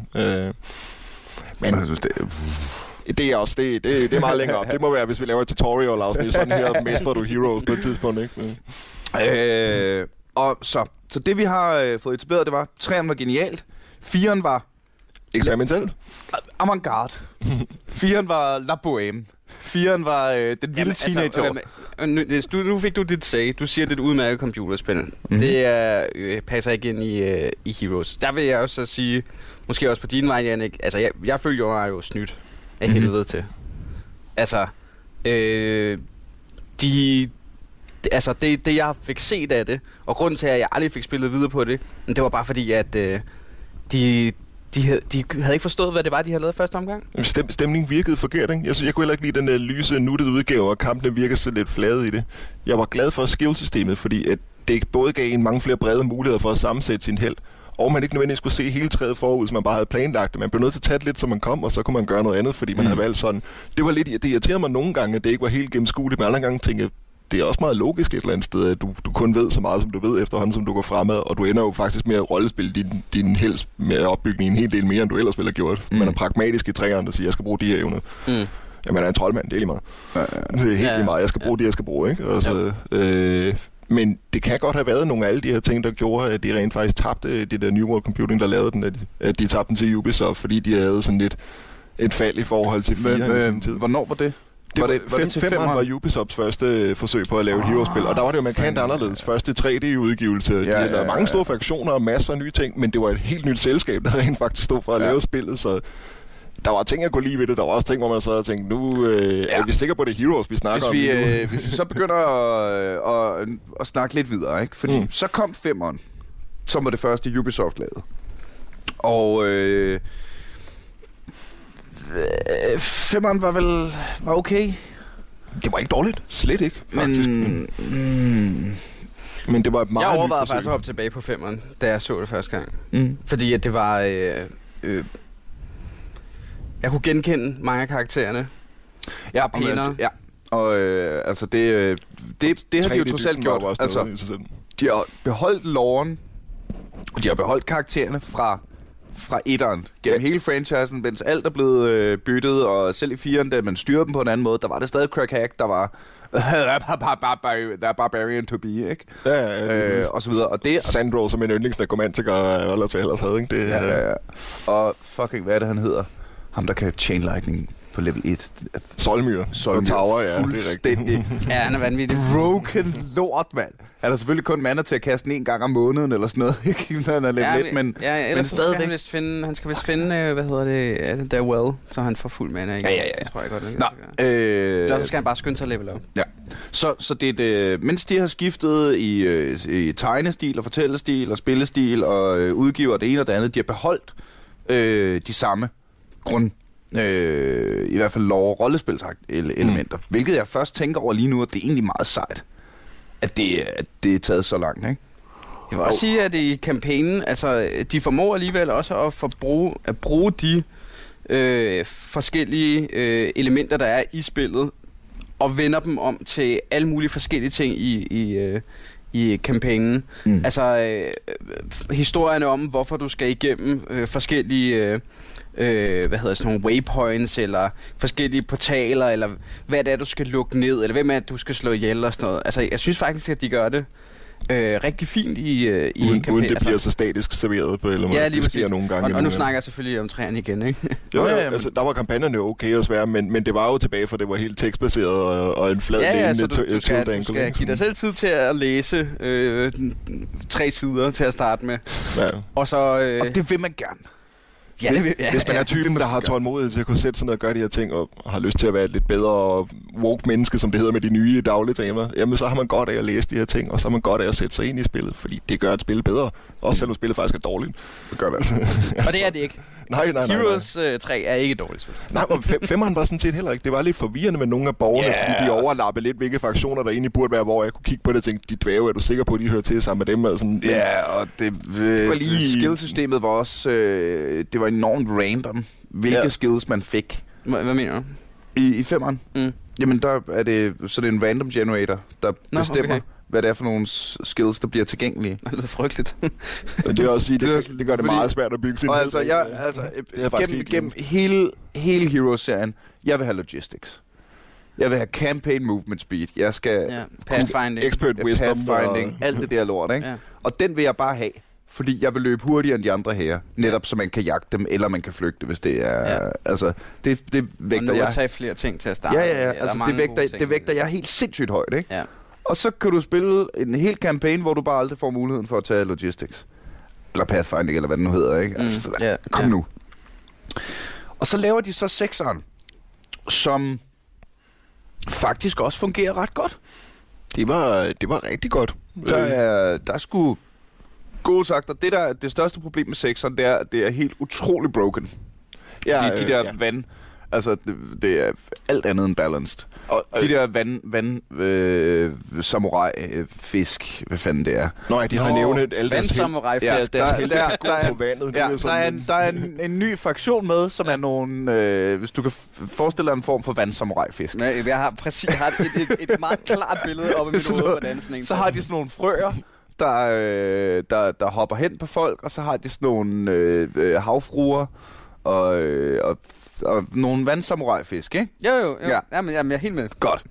Men det er også det er meget længere op. Det må være, hvis vi laver et tutorial-afsnit, sådan her mestrer du heroes på et tidspunkt, ikke? Og så det vi har fået etableret, det var 3'eren var genialt, 4'eren var eksperimentelt, avantgarde, 4'eren var la bohème, 4'eren var den vilde teenager. Nu fik du dit sag. Du siger, det er et udmærket computerspil. Mm-hmm. Det passer ikke ind i Heroes. Der vil jeg også sige, måske også på din vej, Jannik, altså jeg følger mig jo snydt af helvede til. Altså, det jeg fik set af det, og grunden til, at jeg aldrig fik spillet videre på det, men det var bare fordi, at de havde ikke forstået, hvad det var, de havde lavet første omgang. Stemningen virkede forkert, ikke? Jeg kunne heller ikke lide den lyse, nuttede udgave, og kampene virkede så lidt flade i det. Jeg var glad for skillsystemet, fordi at det både gav en mange flere brede muligheder for at sammensætte sin held, og man ikke nødvendigvis skulle se hele træet forud, hvis man bare havde planlagt det. Man blev nødt til at tage det lidt, som man kom, og så kunne man gøre noget andet, fordi man havde valgt sådan. Det irriterede mig nogle gange, at det ikke var helt gennemskueligt, men andre gange tænkte jeg, det er også meget logisk et eller andet sted, at du kun ved så meget, som du ved efterhånden, som du går fremad, og du ender jo faktisk med at rollespille din held med opbygning en hel del mere, end du ellers ville have gjort. Man er pragmatisk i træerne, der siger, jeg skal bruge de her evner. Jamen, er en troldmand, det er lige meget. Det er helt lige meget, jeg skal bruge de, jeg skal bruge, ikke? Og så, men det kan godt have været nogle af alle de her ting, der gjorde, at de rent faktisk tabte det der New World Computing, der lavede den, at de tabte den til Ubisoft, fordi de havde sådan lidt et fald i forhold til 4 i sin tid. Hvornår var det? Var det 5'eren var Ubisofts første forsøg på at lave et Hero-spil, og der var det jo markant anderledes. Første 3D-udgivelse, de havde lavet mange store fraktioner og masser af nye ting, men det var et helt nyt selskab, der rent faktisk stod for at lave spillet, så der var ting, jeg kunne lide ved det. Der var også ting, hvor man så havde tænkt, nu er vi sikre på det Heroes, vi snakker om. Hvis vi så begynder at snakke lidt videre, ikke? Fordi så kom 5'eren, som var det første Ubisoft lavede. Og 5'eren var okay. Det var ikke dårligt. Slet ikke, faktisk. Men det var et meget jeg overvejede faktisk at hoppe tilbage på 5'eren, da jeg så det første gang. Fordi at det var... jeg kunne genkende mange af karaktererne. Ja, pænere. Ja. Og altså det har de jo trods alt gjort. Altså, de har beholdt loren, og de har beholdt karaktererne fra 1'eren. Gennem hele franchisen, mens alt er blevet byttet, og selv i 4'eren, da man styrer dem på en anden måde, der var det stadig Crack Hack, der var the barbarian to be, ikke? Ja, og så videre. Og det Sandro som en yndlingsnarkomantiker, ellers vi ellers havde, ikke? Det, ja. Og fucking, hvad er det, han hedder? Ham, der kan chain lightning på level 1. Solmyr. Tower, ja. Fuldstændig. Ja, han er vanvittig. Broken lort, mand. Han har selvfølgelig kun mana til at kaste den en gang om måneden eller sådan noget. Han er lidt let, men stadigvæk. Han skal vist finde, hvad hedder det, der well, så han får fuld mana. Ikke? Ja. Det tror jeg godt. Nå, så skal han bare skynde sig at level op. Ja. Så det er mens de har skiftet i tegnestil og fortællestil og spillestil og udgiver det ene og det andet, de har beholdt de samme grund, i hvert fald rollespilselementer. Hvilket jeg først tænker over lige nu, at det er egentlig meget sejt, at det er taget så langt, ikke? Jeg vil også sige, at i kampagnen, altså, de formår alligevel også at bruge de forskellige elementer, der er i spillet, og vender dem om til alle mulige forskellige ting i kampagnen. Altså historierne om, hvorfor du skal igennem forskellige sådan nogle waypoints, eller forskellige portaler, eller hvad det er, du skal lukke ned, eller hvem er det, du skal slå ihjel og sådan noget. Altså, jeg synes faktisk, at de gør det rigtig fint i kampagnen. Uden det bliver så statisk serveret på, eller ja, lige det sker nogle gange. Og nu snakker jeg selvfølgelig om træerne igen, ikke? Jo, altså, der var kampagnerne okay og svære, men det var jo tilbage, for det var helt tekstbaseret og en flad læne. Så du skal give dig selv tid til at læse 3 sider til at starte med. Ja. Og det vil man gerne. Ja, hvis man er typen, der har tålmodighed til at kunne sætte sig ned og gøre de her ting, og har lyst til at være et lidt bedre woke menneske, som det hedder med de nye dagligdamer, jamen så har man godt af at læse de her ting, og så har man godt af at sætte sig ind i spillet, fordi det gør et spil bedre, også selvom spillet faktisk er dårligt. Det gør det altså. Og det er det ikke. Nej. Heroes 3 er ikke et dårligt spil. Nej, men 5'eren var sådan set heller ikke. Det var lidt forvirrende med nogle af borgerne, fordi de overlappede lidt, hvilke fraktioner der egentlig burde være, hvor jeg kunne kigge på det og tænke, de dvæve, er du sikker på, at de hører til sammen med dem? Altså, og skillsystemet var også, det var enormt random, hvilke skills man fik. Hvad mener du? I 5'eren? Jamen, der er det en random generator, der bestemmer, hvad det er for nogle skills, der bliver tilgængelige. Det er frygteligt. Men det er også det gør det meget svært at bygge sin. Og gennem hele Heroes-serien, jeg vil have logistics. Jeg vil have campaign movement speed. Jeg skal pathfinding, expert wisdom, pathfinding, alt det der lort, ikke? Ja. Og den vil jeg bare have, fordi jeg vil løbe hurtigere end de andre her, netop så man kan jagte dem, eller man kan flygte, hvis det er... Altså, det vægter jeg... Og nu tage flere ting til at starte. Ja, altså det vægter jeg helt sindssygt højt, ikke? Ja. Og så kan du spille en hel campaign, hvor du bare aldrig får muligheden for at tage logistics. Eller pathfinding, eller hvad det nu hedder, ikke? Altså, kom nu. Og så laver de så 6'eren, som faktisk også fungerer ret godt. Det var rigtig godt. Der er sgu gode sagt, og det største problem med 6'eren, det er, at det er helt utrolig broken. De der vand, altså det er alt andet end balanced. De der samurai-fisk, hvad fanden det er. Nå, de har nævnt alle deres samurai-fisk. Deres helte kan gå på vandet. Der er en ny fraktion med, som er nogle, hvis du kan forestille dig en form for vandsamurai-fisk. Jeg har et meget klart billede oppe i mit hoved, hvordan sådan en. Så har de sådan nogle frøer, der hopper hen på folk, og så har de sådan nogle havfruer og nogle vandsamurai-fisk, ikke? Jo. Ja. Jamen, jeg er helt med. Godt.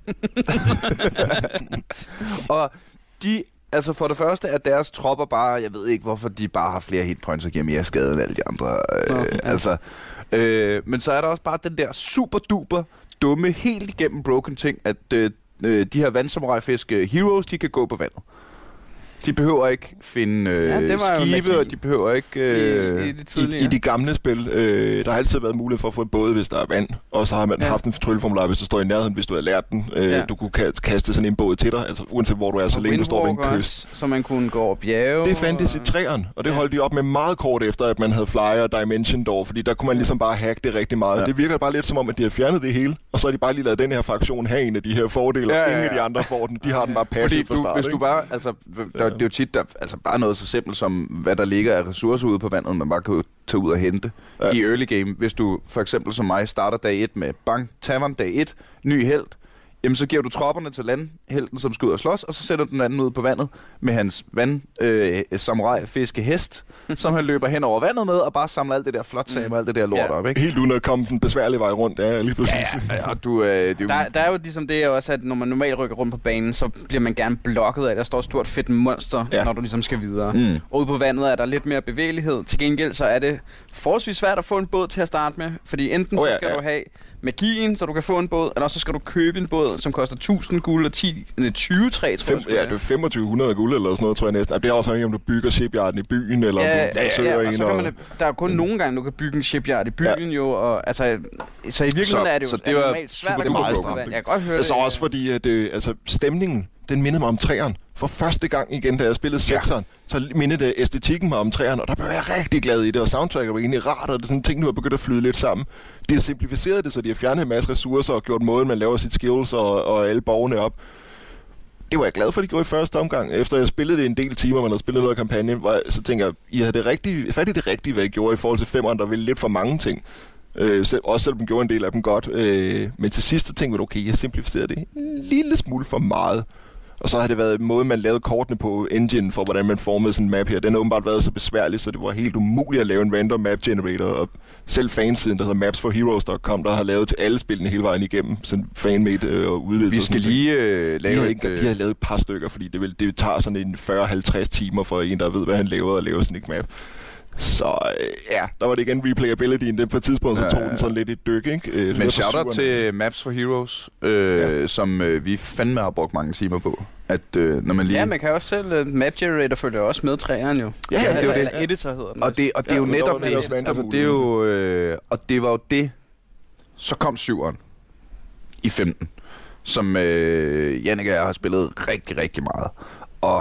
Og de, altså for det første, er deres tropper bare, jeg ved ikke, hvorfor de bare har flere hitpoints og giver mere skade end alle de andre. Men så er der også bare den der super duper dumme, helt igennem broken ting, at de her vandsamurai-fisk heroes, de kan gå på vandet. De behøver ikke finde skibe, og de behøver ikke... I de gamle spil, der har altid været mulighed for at få en båd, hvis der er vand. Og så har man haft en trylleformular, hvis du står i nærheden, hvis du har lært den. Du kunne kaste sådan en båd til dig, altså uanset hvor du er, så længe du står ved en kyst. Så man kunne gå over bjerge. Det fandtes i 3'eren, og det holdt de op med meget kort efter, at man havde Flyer og Dimension Door, fordi der kunne man ligesom bare hacke det rigtig meget. Det virker bare lidt som om, at de har fjernet det hele, og så har de bare lige lavet den her fraktion have en af de her fordele. Ingen af de andre får den. De har den bare passet fra start. Hvis du bare, altså... Det er jo tit, bare noget så simpelt som, hvad der ligger af ressourcer ude på vandet, man bare kan tage ud og hente i early game. Hvis du for eksempel som mig starter dag 1 med bang, tavern dag 1, ny helt, jamen så giver du tropperne til landhelten, som skal ud og slås, og så sætter du den anden ud på vandet med hans samurai-fiskehest, som han løber hen over vandet med, og bare samler alt det der flot sag og alt det der lort op, ikke? Helt uden at komme den besværlige vej rundt, ja, lige præcis. Ja, og du... Der er jo ligesom det også, at når man normalt rykker rundt på banen, så bliver man gerne blokket af, der står et stort fedt monster, når du ligesom skal videre. Og ude på vandet er der lidt mere bevægelighed. Til gengæld så er det forholdsvis svært at få en båd til at starte med, fordi enten så skal du have magien, så du kan få en båd, eller så skal du købe en båd, som koster 1000 guld og 20 træ, tror jeg. Ja, det er 2500 guld eller sådan noget, tror jeg næsten. Det er også sådan, om du bygger shipyarden i byen, eller om du søger en. Og så kan man, der er kun nogle gange, du kan bygge en shipyard i byen jo, og altså, så i virkeligheden er det jo det var normalt svært at komme på vand. Jeg kan godt høre det. Så også fordi, at stemningen, den mindede mig om 3'eren. For første gang igen, da jeg spillede 6'eren, så mindede æstetikken mig om 3'eren, og der blev jeg rigtig glad i det, og soundtracket var egentlig rart, og det sådan ting, nu er begyndt at flyde lidt sammen. De har simplificeret det, så de har fjernet en masse ressourcer og gjort måden, man laver sit skills og alle borgerne op. Det var jeg glad for, de gjorde i første omgang. Efter jeg spillede det en del timer, man havde spillet noget af kampagnen, så tænker jeg, I havde fat i det rigtige, hvad I gjorde i forhold til 5'eren, der ville lidt for mange ting. Også selvom de gjorde en del af dem godt. Men til sidst så tænkte jeg, okay, jeg simplificerede det en lille smule for meget. Og så har det været en måde, man lavede kortene på engine for, hvordan man formede sådan en map her. Den har åbenbart været så besværlig, så det var helt umuligt at lave en random map generator. Og selv fansiden, der hedder maps4heroes.com, der har lavet til alle spillene hele vejen igennem. Sådan fanmade og udvidelse. Vi skal lige lave de har lavet et par stykker, fordi det tager sådan en 40-50 timer for en, der ved, hvad han laver, og lave sådan en map. Så der var det igen replayabilityen. Den på et tidspunkt, så tog den sådan lidt et dyk, ikke? Men shout-out til Maps for Heroes, som vi fandme har brugt mange timer på. At, når man lige... Ja, man kan også selv... Map Generator følger også med 3'eren jo. Ja, det er jo det. Editor hedder den. Og det er jo netop det. Altså, det er jo... og det var jo det. Så kom 7'eren i 15, som Jannik og jeg har spillet rigtig, rigtig meget. Og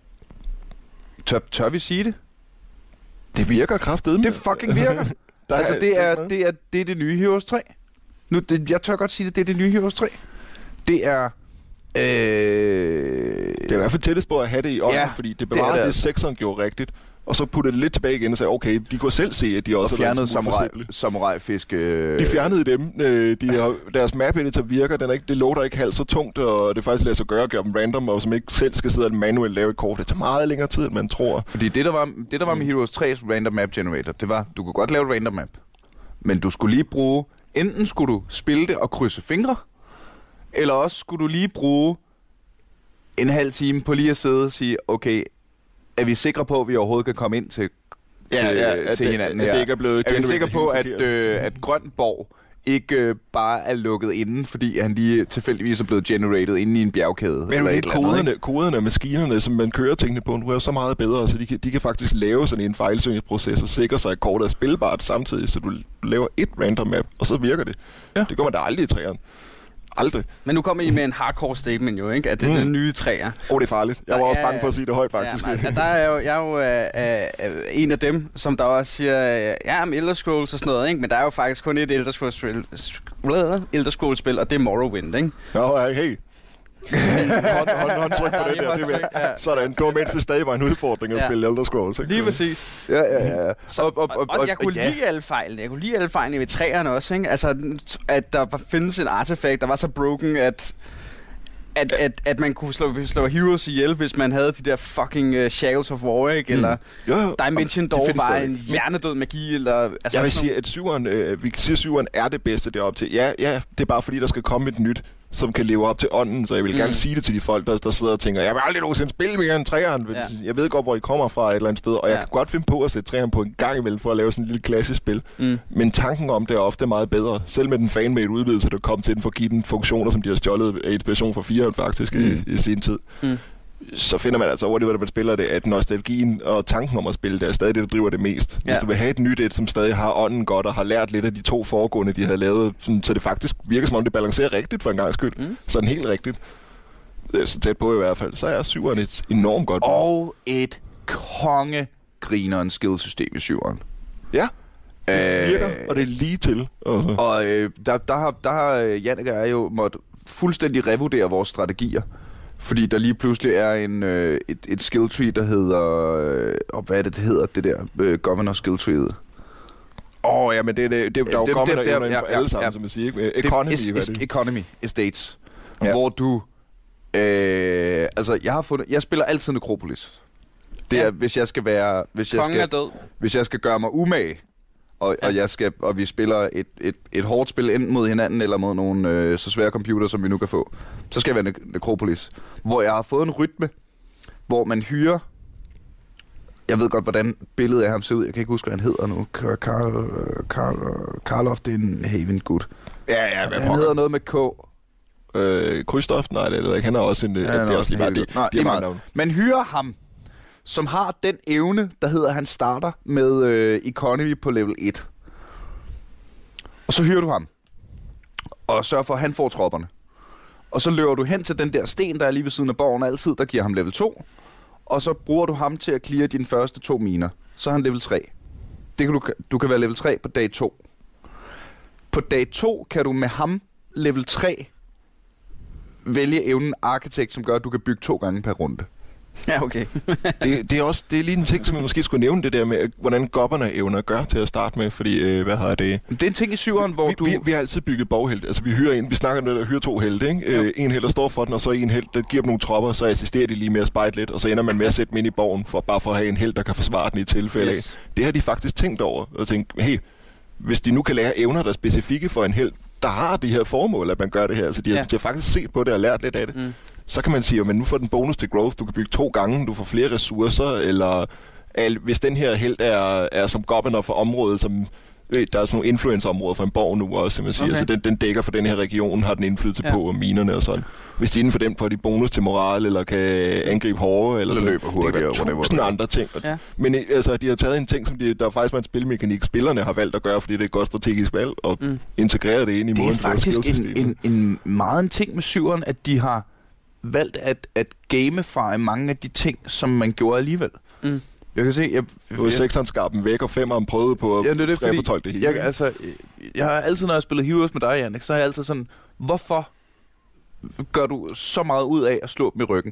tør vi sige det? Det virker kraftedeme. Det fucking virker. Altså, det er det nye Heroes 3. Nu, jeg tør godt sige det er det nye Heroes 3. Det er... Det er i hvert fald tættest på at have det i ånden, fordi det bevarede det 6'eren gjorde rigtigt. Og så puttede det lidt tilbage igen og sagde, okay, de kunne selv se, at de også fjernede samurai-fiske. De fjernede dem. Deres map-editor virker. Det loader ikke halvt så tungt, og det faktisk lader sig gøre dem random, og som ikke selv skal sidde og manuelt lave et kort. Det tager meget længere tid, end man tror. Fordi det, der var med Heroes 3's random map generator, det var, du kunne godt lave et random map, men du skulle lige bruge, enten skulle du spille det og krydse fingre, eller også skulle du lige bruge en halv time på lige at sidde og sige, okay, er vi sikre på, at vi overhovedet kan komme ind til hinanden her? Er vi sikre på, at Grønborg ikke bare er lukket inden, fordi han lige tilfældigvis er blevet generated inde i en bjergkæde? Men koderne og maskinerne, som man kører tingene på, nu er jo så meget bedre, så de kan faktisk lave sådan en fejlsøgningsproces og sikre sig, at kortet er spilbart samtidig, så du laver et random map, og så virker det. Ja. Det gør man da aldrig i 3'eren. Aldrig. Men nu kommer I med en hardcore statement jo, ikke? At det er den nye 3'er. Det er farligt. Jeg var også bange for at sige det højt, faktisk. Jeg er jo en af dem, som der også siger, om Elder Scrolls og sådan noget, ikke? Men der er jo faktisk kun et Elder Scrolls-spil, og det er Morrowind, ikke? Hey. Håndtryk på det der. Sådan. Det var mens det stadig var en udfordring at spille Elder Scrolls. Lige præcis. Ja. Og jeg kunne lide alle fejlene. Jeg kunne lide alle fejlene ved 3'erne også, ikke? Altså, at der findes en artefakt, der var så broken, at man kunne slå Heroes ihjel, hvis man havde de der fucking Shackles of War, ikke? Eller Dimension Door var en hjernedød magi, eller... Altså, jeg vil sige, at 7'eren, vi kan sige, at 7'eren er det bedste deroppe til. Ja, det er bare fordi, der skal komme et nyt, som kan leve op til ånden, så jeg vil gerne sige det til de folk, der sidder og tænker, jeg vil aldrig nogensinde spille mere end 3'eren. Ja. Jeg ved godt, hvor I kommer fra et eller andet sted, og jeg kan godt finde på at sætte 3'eren på en gang imellem, for at lave sådan en lille klassisk spil. Men tanken om det er ofte meget bedre. Selv med den fanmade udvidelse, der kom til den for at give den funktioner, som de har stjålet af inspiration fra 4'eren faktisk i sin tid. Så finder man altså over det, hvordan man spiller det, at nostalgien og tanken om at spille det er stadig det, der driver det mest. Hvis du vil have et nyt et, som stadig har ånden godt og har lært lidt af de 2 foregående, de havde lavet, så det faktisk virker, som om det balancerer rigtigt for en gang skyld. Sådan helt rigtigt. Så tæt på i hvert fald. Så er 7'eren et enormt godt. Og et kongegrineren skillsystem i 7'eren. Ja. Det virker, og det er lige til. Også. Og der har Jannik og jeg jo måtte fuldstændig revurdere vores strategier. Fordi der lige pludselig er et skill tree, der hedder... hvad er det hedder, det der governor skill tree'et? Men det er jo governor for alle sammen, som man siger. Ikke? Economy, Economy Estates. hvor du... jeg spiller altid Necropolis. Det er, hvis jeg skal være... Kongen er død. Hvis jeg skal gøre mig umage, og vi spiller et hårdt spil enten mod hinanden, eller mod nogle så svære computer, som vi nu kan få, så skal jeg være Necropolis. Hvor jeg har fået en rytme, hvor man hyrer... Jeg ved godt, hvordan billedet af ham ser ud. Jeg kan ikke huske, hvad han hedder nu. Karloff, det er en Haven gut. Ja, han hedder noget med K. Krydstoft? Nej, det er ikke. Han er også en... det er også lige meget det. Nej, det er meget. Man hyrer ham, som har den evne, der hedder, at han starter med economy på level 1. Og så hyrer du ham. Og sørger for, at han får tropperne. Og så løber du hen til den der sten, der er lige ved siden af borgen altid, der giver ham level 2. Og så bruger du ham til at cleare dine første 2 miner. Så er han level 3. Du kan være level 3 på dag 2. På dag 2 kan du med ham level 3 vælge evnen Architect, som gør, at du kan bygge 2 gange per runde. Ja, okay. det er lige en ting, som jeg måske skulle nævne, det der med, hvordan governor-evner gør til at starte med, fordi, hvad har det... Det er en ting i 7'eren, hvor vi har altid bygget borghelt. Altså, vi snakker om det, der hyrer 2 helte, ikke? En helt, der står for den, og så en helt, der giver dem nogle tropper, så assisterer de lige med at spejde lidt, og så ender man med at sætte dem ind i borgen, bare for at have en helt, der kan forsvare den i tilfælde af. Det har de faktisk tænkt over, og tænkt, hey, hvis de nu kan lære evner, der er specifikke for en helt, der har de her formål, at man gør det her, så de har faktisk set på det og lært lidt af det. Så kan man sige, at nu får den bonus til growth, du kan bygge 2 gange, du får flere ressourcer, eller hvis den her helt er som governor for området, som der er sådan nogle influence-områder for en borg nu også, som man siger, så den dækker for den her region, har den indflydelse på, og minerne og sådan. Hvis de inden for dem får de bonus til moral, eller kan angribe hårdere, eller sådan løber hurtigere, det er sådan andre ting. Men altså, de har taget en ting, som der faktisk var en spilmekanik, spillerne har valgt at gøre, fordi det er et godt strategisk valg, og integrere det ind i måden. Det er faktisk en meget en ting med 7'eren, at de har valgt at gamify mange af de ting, som man gjorde alligevel. Jeg kan se... Sekseren skar dem væk, og 5'eren prøvede på at fortolke det hele. Jeg har altid, når jeg har spillet Heroes med dig, Jannik, så har jeg altid sådan, hvorfor gør du så meget ud af at slå dem i ryggen?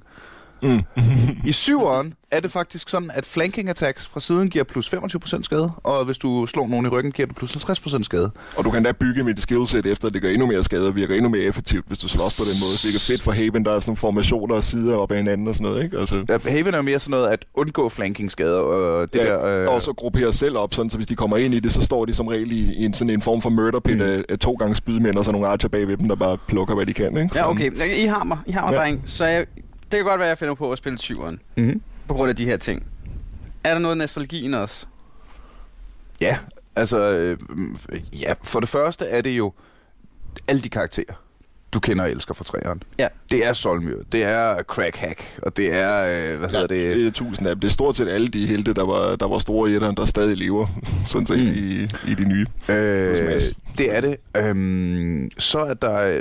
I 7'eren er det faktisk sådan, at flanking attacks fra siden giver plus 25% skade, og hvis du slår nogen i ryggen, giver du plus 50% skade. Og du kan da bygge med dit skillset efter, at det gør endnu mere skade og virker endnu mere effektivt, hvis du slås på den måde. Det er fedt for Haven, der er sådan nogle formationer og sider op ad hinanden og sådan noget, ikke? Altså... Ja, Haven er mere sådan noget at undgå flanking skader og det og så gruppere selv op, sådan, så hvis de kommer ind i det, så står de som regel i en form for murder pit af 2 gange spydmænd og så nogle archer bagved dem, der bare plukker, hvad de kan, ikke? Ja, okay. I har mig, dreng. Så det kan godt være, at jeg finder på at spille 7'eren. På grund af de her ting. Er der noget nostalgien også? Ja, altså... for det første er det jo alle de karakterer, du kender og elsker fra 3'eren. Ja. Det er Solmyr, det er Crackhack, og det er... hedder det? Det er 1000 af dem. Det er stort set alle de helte, der var store i etteren, der stadig lever, sådan set, i de nye. Det er det. Så er der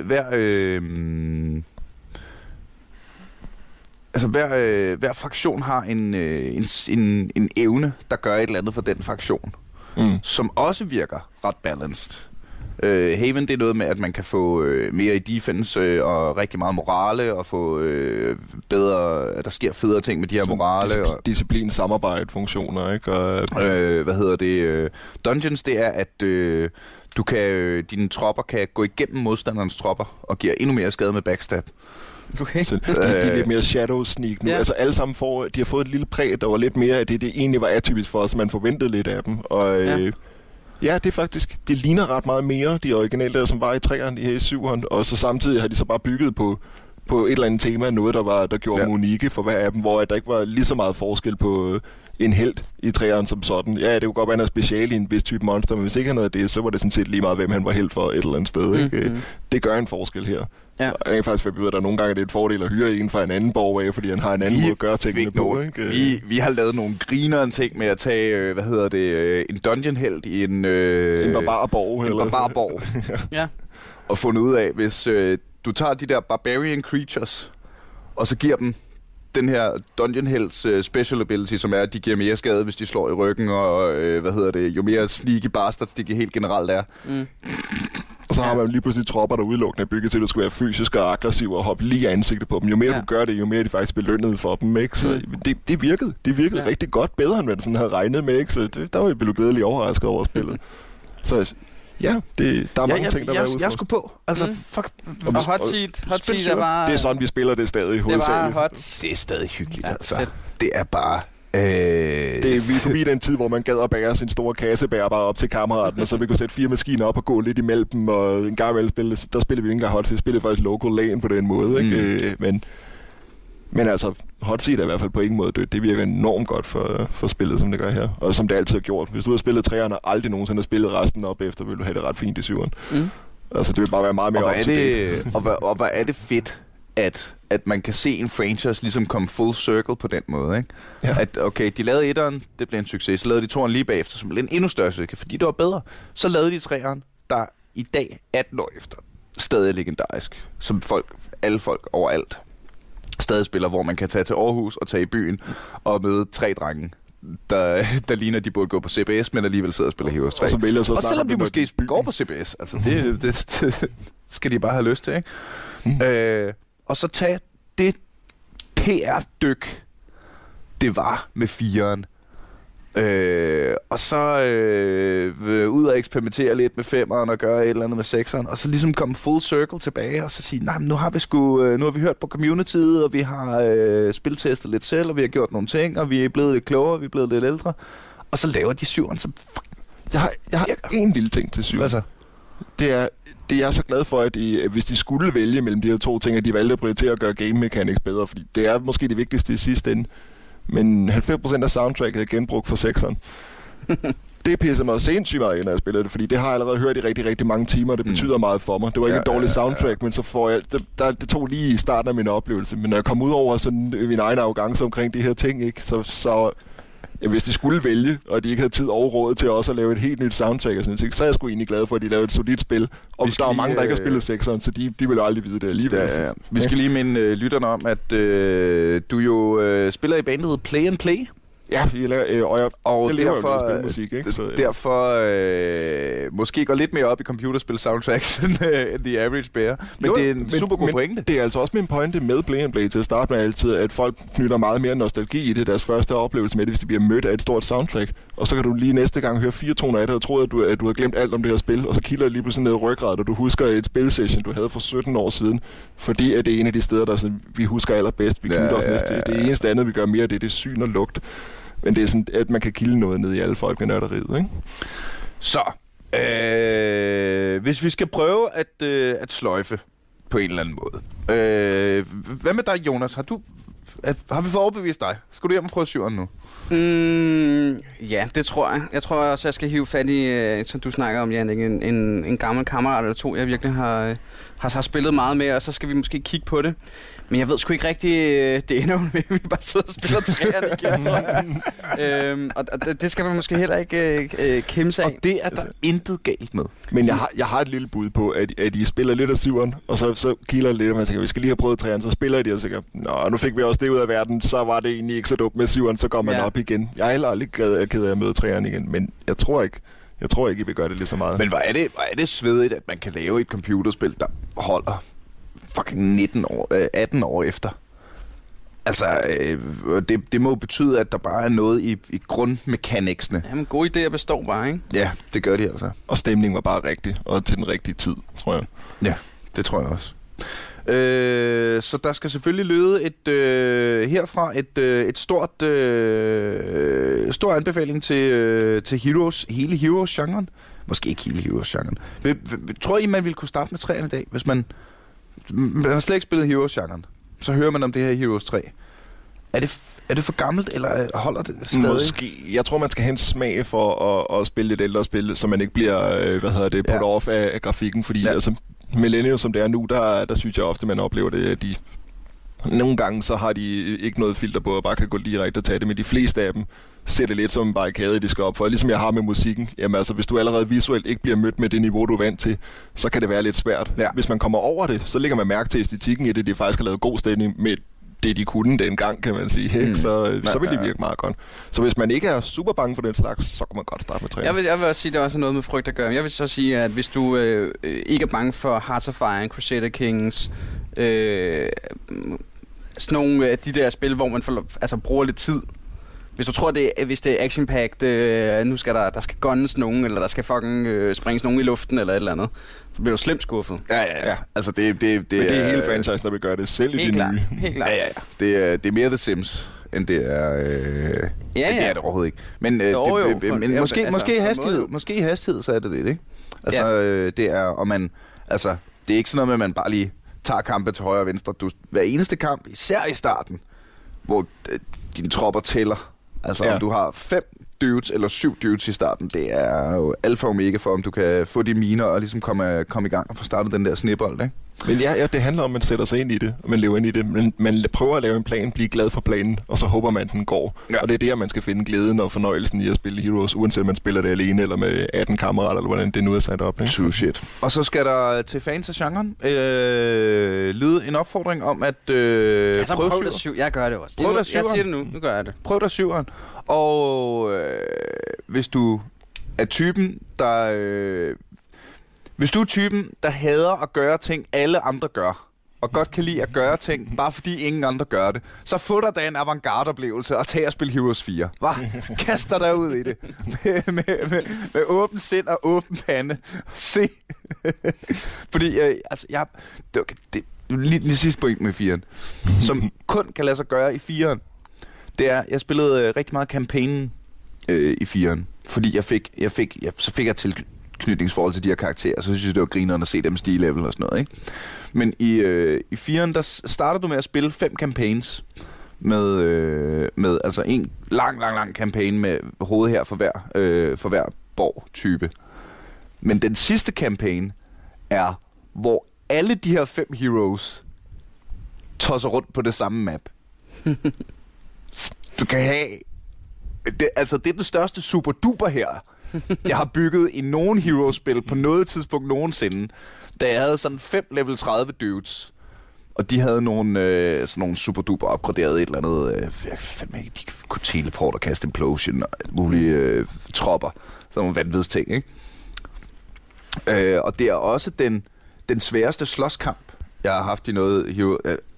hver fraktion har en evne, der gør et eller andet for den fraktion, som også virker ret balanced. Haven, det er noget med, at man kan få mere i defense og rigtig meget morale, og få bedre, at der sker federe ting med de her morale. Disciplin, samarbejde, funktioner, ikke? Og, Dungeons, det er, at du kan, dine tropper kan gå igennem modstanderens tropper, og giver endnu mere skade med backstab. Okay. Så de er lidt mere shadow sneak nu. Ja. Altså alle sammen de har fået et lille præg, der var lidt mere af det egentlig var atypisk for os, man forventede lidt af dem. Og ja, det er faktisk, det ligner ret meget mere de originale der, som var i 3'eren, de her i 7'eren. Og så samtidig har de så bare bygget på et eller andet tema, noget der gjorde dem unikke for hver af dem, hvor der ikke var lige så meget forskel på en helt i 3'eren som sådan. Ja, det kunne godt være, at han er special i en vis type monster, men hvis ikke han havde det, så var det sådan set lige meget, hvem han var helt for et eller andet sted. Ikke? Det gør en forskel her. Ja. Og jeg kan faktisk forbyde, at der nogle gange er det et fordel at hyre en fra en anden borg af, fordi han har en anden måde at gøre tingene på. Ikke? Vi har lavet nogle grineren ting med at tage, en dungeon-held i en barbarborg. En barbarborg. Ja. Og fundet ud af, hvis du tager de der barbarian creatures, og så giver dem den her Dungeon Hells special ability, som er, at de giver mere skade, hvis de slår i ryggen, og jo mere sneaky bastards de helt generelt er. Og så har man lige pludselig tropper, der udelukkende er bygget til, at du skal være fysisk og aggressiv og hoppe lige ansigtet på dem. Jo mere du gør det, jo mere de faktisk belønnet for dem, ikke? Så det virkede. Det virkede rigtig godt, bedre end man sådan havde regnet med, ikke? Så der var jeg blevet glædelig overrasket over spillet. Så Ja, der er mange ting, der er ude. Jeg skulle på. Altså, fuck. Og hot seat er bare... Det er sådan, vi spiller det stadig hovedsageligt. Det var hot. Det er stadig hyggeligt, altså. Det er bare... Vi er forbi den tid, hvor man gad at bære sin store kassebærer bare op til kammeraten, og så vi kunne sætte 4 maskiner op og gå lidt imellem dem, og en gang imellem spille, der spiller vi ikke engang hot seat, spiller faktisk local lane på den måde, ikke? Men altså, hot seat er i hvert fald på ingen måde dødt. Det virker enormt godt for spillet, som det gør her. Og som det altid har gjort. Hvis du har spillet 3'erne og aldrig nogensinde har spillet resten op efter, vil du have det ret fint i 7'eren. Altså, det vil bare være meget mere og hvor er det fedt, at man kan se en franchise ligesom komme full circle på den måde, ikke? Ja. At okay, de lavede 1'eren, det blev en succes. Så lavede de 2'eren lige bagefter, som blev en endnu større succes, fordi det var bedre. Så lavede de 3'eren, der i dag, 18 år efter, stadig er legendarisk. Som alle folk overalt stadig spiller, hvor man kan tage til Aarhus og tage i byen og møde 3 drenge, der ligner, de burde gå på CBS, men alligevel sidder og spiller Heroes 3. Og selvom de måske går på CBS, altså det skal de bare have lyst til, ikke? Og så tage det PR-dyk, det var med 4'eren. Og så ud og eksperimentere lidt med 5'eren og gøre et eller andet med 6'eren, og så ligesom komme full circle tilbage og så sige, nej, nu har vi hørt på communityet, og vi har spiltestet lidt selv, og vi har gjort nogle ting, og vi er blevet lidt klogere, vi er blevet lidt ældre, og så laver de 7'eren, så jeg har en lille ting til 7'eren. Hvad så? Det er jeg er så glad for, at hvis de skulle vælge mellem de her 2 ting, at de valgte at prioritere at gøre game mechanics bedre, fordi det er måske det vigtigste i sidste ende. Men 90% af soundtracket er genbrugt for 6'eren. Det pisser mig sindssygt meget, når jeg spiller det, fordi det har jeg allerede hørt i rigtig, rigtig mange timer, det betyder meget for mig. Det var ikke et dårligt soundtrack, men så får jeg... Det tog lige i starten af min oplevelse, men når jeg kom ud over sådan min egen arrogance omkring de her ting, ikke, så hvis de skulle vælge, og de ikke havde tid og råd til også at lave et helt nyt soundtrack og sådan noget, så er jeg sgu egentlig glad for, at de lavede et solidt spil. Og der er mange, der ikke har spillet 6'eren, så de vil jo aldrig vide det alligevel. Ja. Vi skal lige minde lytterne om, at du jo spiller i bandet Play and Play. Ja, og derfor spilmusik, ikke? Så, ja. Derfor måske går lidt mere op i computerspil soundtracks end the average bear. Men det er en super god pointe. Det er altså også min pointe med Play and Play til at starte med altid, at folk knytter meget mere nostalgi i det, deres første oplevelse med det, hvis de bliver mødt af et stort soundtrack. Og så kan du lige næste gang høre 4 toner af det, og troede, at du har glemt alt om det her spil, og så kilder det lige pludselig ned i ryggradet, og du husker et spilsession, du havde for 17 år siden, fordi at det er en af de steder, der sådan, vi husker allerbedst. Vi kigger også næste. Det eneste andet, vi gør mere, det er syn og lugt. Men det er sådan, at man kan kilde noget ned i alle folk med nørderiet, ikke? Så, hvis vi skal prøve at sløjfe på en eller anden måde. Hvad med dig, Jonas? Har vi fået overbevist dig? Skal du hjem og prøve 7'eren nu? Ja, det tror jeg. Jeg tror også, jeg skal hive fat i, som du snakker om, Jannik, en gammel kammerat eller 2, jeg virkelig har spillet meget med, og så skal vi måske kigge på det. Men jeg ved sgu ikke rigtig, det ender med, at vi bare sidder og spiller 3'erne igen, tror jeg. Og det skal man måske heller ikke kæmpe sig af. Og det er der intet galt med. Men jeg har et lille bud på, at I spiller lidt af 7'eren, og så kilder det lidt, og man tænker, vi skal lige have prøvet 3'eren, så spiller I det, og så tænker, nu fik vi også det ud af verden, så var det egentlig ikke så dumt med 7'eren, så går man op igen. Jeg er heller aldrig ked af at møde 3'eren igen, men jeg tror ikke, I vil gøre det lige så meget. Men hvor er det svedigt, at man kan lave et computerspil, der holder fucking 18 år efter. Altså, det må betyde, at der bare er noget i grundmekaniksene. Jamen, gode idéer består bare, ikke? Ja, det gør de altså. Og stemningen var bare rigtig, og til den rigtige tid, tror jeg. Ja, det tror jeg også. Så der skal selvfølgelig lyde herfra et stor anbefaling til Heroes, hele Heroes-genren. Måske ikke hele Heroes-genren. Tror I, man ville kunne starte med 3'erne i dag, hvis man har slet ikke spillet Heroes-genren? Så hører man om det her Heroes 3. Er det for gammelt, eller holder det stadig? Måske. Jeg tror, man skal have en smag for at spille et ældre spil, så man ikke bliver, put off af grafikken, fordi altså Millennium, som det er nu, der synes jeg ofte, man oplever det, at de nogle gange så har de ikke noget filter på, og bare kan gå direkte og tage det, men de fleste af dem ser det lidt som en barrikade, de skal op for. Ligesom jeg har med musikken. Jamen altså, hvis du allerede visuelt ikke bliver mødt med det niveau, du er vant til, så kan det være lidt svært. Ja. Hvis man kommer over det, så lægger man mærke til æstetikken i det, de faktisk har lavet god stemning med det, de kunne dengang, kan man sige. Så vil det virke meget godt. Så hvis man ikke er super bange for den slags, så kan man godt starte med 3. Jeg vil også sige, at det er også noget med frygt at gøre. Jeg vil så sige, at hvis du ikke er bange for Hearts of Iron, Crusader Kings, sådan nogle af de der spil, hvor man bruger lidt tid Hvis du tror, hvis det er action-packed, nu skal der skal gunnes nogen, eller der skal fucking springes nogen i luften, eller et eller andet, så bliver du slemt skuffet. Ja. Altså, det Men det er hele franchisen, der vil gøre det selv i de nye. Helt klart. Ja. Det er mere The Sims, end det er... Det er det overhovedet ikke. Men, men måske i hastighed, så er det ikke? Altså, det er... Og man... Altså, det er ikke sådan noget med, at man bare lige tager kampe til højre og venstre. Hver eneste kamp, især i starten, hvor dine tropper tæller. Altså, om du har 5 dudes eller 7 dudes i starten, det er jo alfa og omega for, om du kan få de miner og ligesom komme i gang og få startet den der snebold, ikke? Men ja, det handler om, at man sætter sig ind i det, og man lever ind i det. Men man prøver at lave en plan, blive glad for planen, og så håber man, at den går. Ja. Og det er der, man skal finde glæden og fornøjelsen i at spille Heroes, uanset om man spiller det alene eller med 18 kammerater, eller hvordan det nu er sat op. Ikke? True shit. Og så skal der til fans af genren lyde en opfordring om at prøv det 7. Jeg gør det også. Jeg siger det nu gør jeg det. Prøv der 7'eren. Og hvis du er typen, der... Hvis du er typen, der hader at gøre ting, alle andre gør, og godt kan lide at gøre ting, bare fordi ingen andre gør det, så få dig da en avantgarde-oplevelse og tag og spil Heroes 4. Kast dig derud i det. Med åben sind og åben pande. Se. Fordi, det lige sidste point med 4'eren, som kun kan lade sig gøre i 4'eren, det er, jeg spillede rigtig meget campaignen i 4'eren, fordi så fik jeg tilknytningsforhold til de her karakterer, så synes jeg, det var grineren at se dem stige level og sådan noget, ikke? Men i 4'eren, der starter du med at spille 5 campaigns med altså en lang campaign med hoved her for hver borg-type. Men den sidste campaign er, hvor alle de her 5 heroes tosser rundt på det samme map. Du kan have... det er den største superduper her, jeg har bygget i nogen Heroes-spil på noget tidspunkt nogensinde, da jeg havde sådan 5 level 30 dudes, og de havde sådan nogle superduper opgraderet et eller andet, de kunne teleporte og kaste implosion og mulige tropper, sådan nogle vanvids ting, ikke? Og det er også den sværeste slåskamp, jeg har haft i noget hero,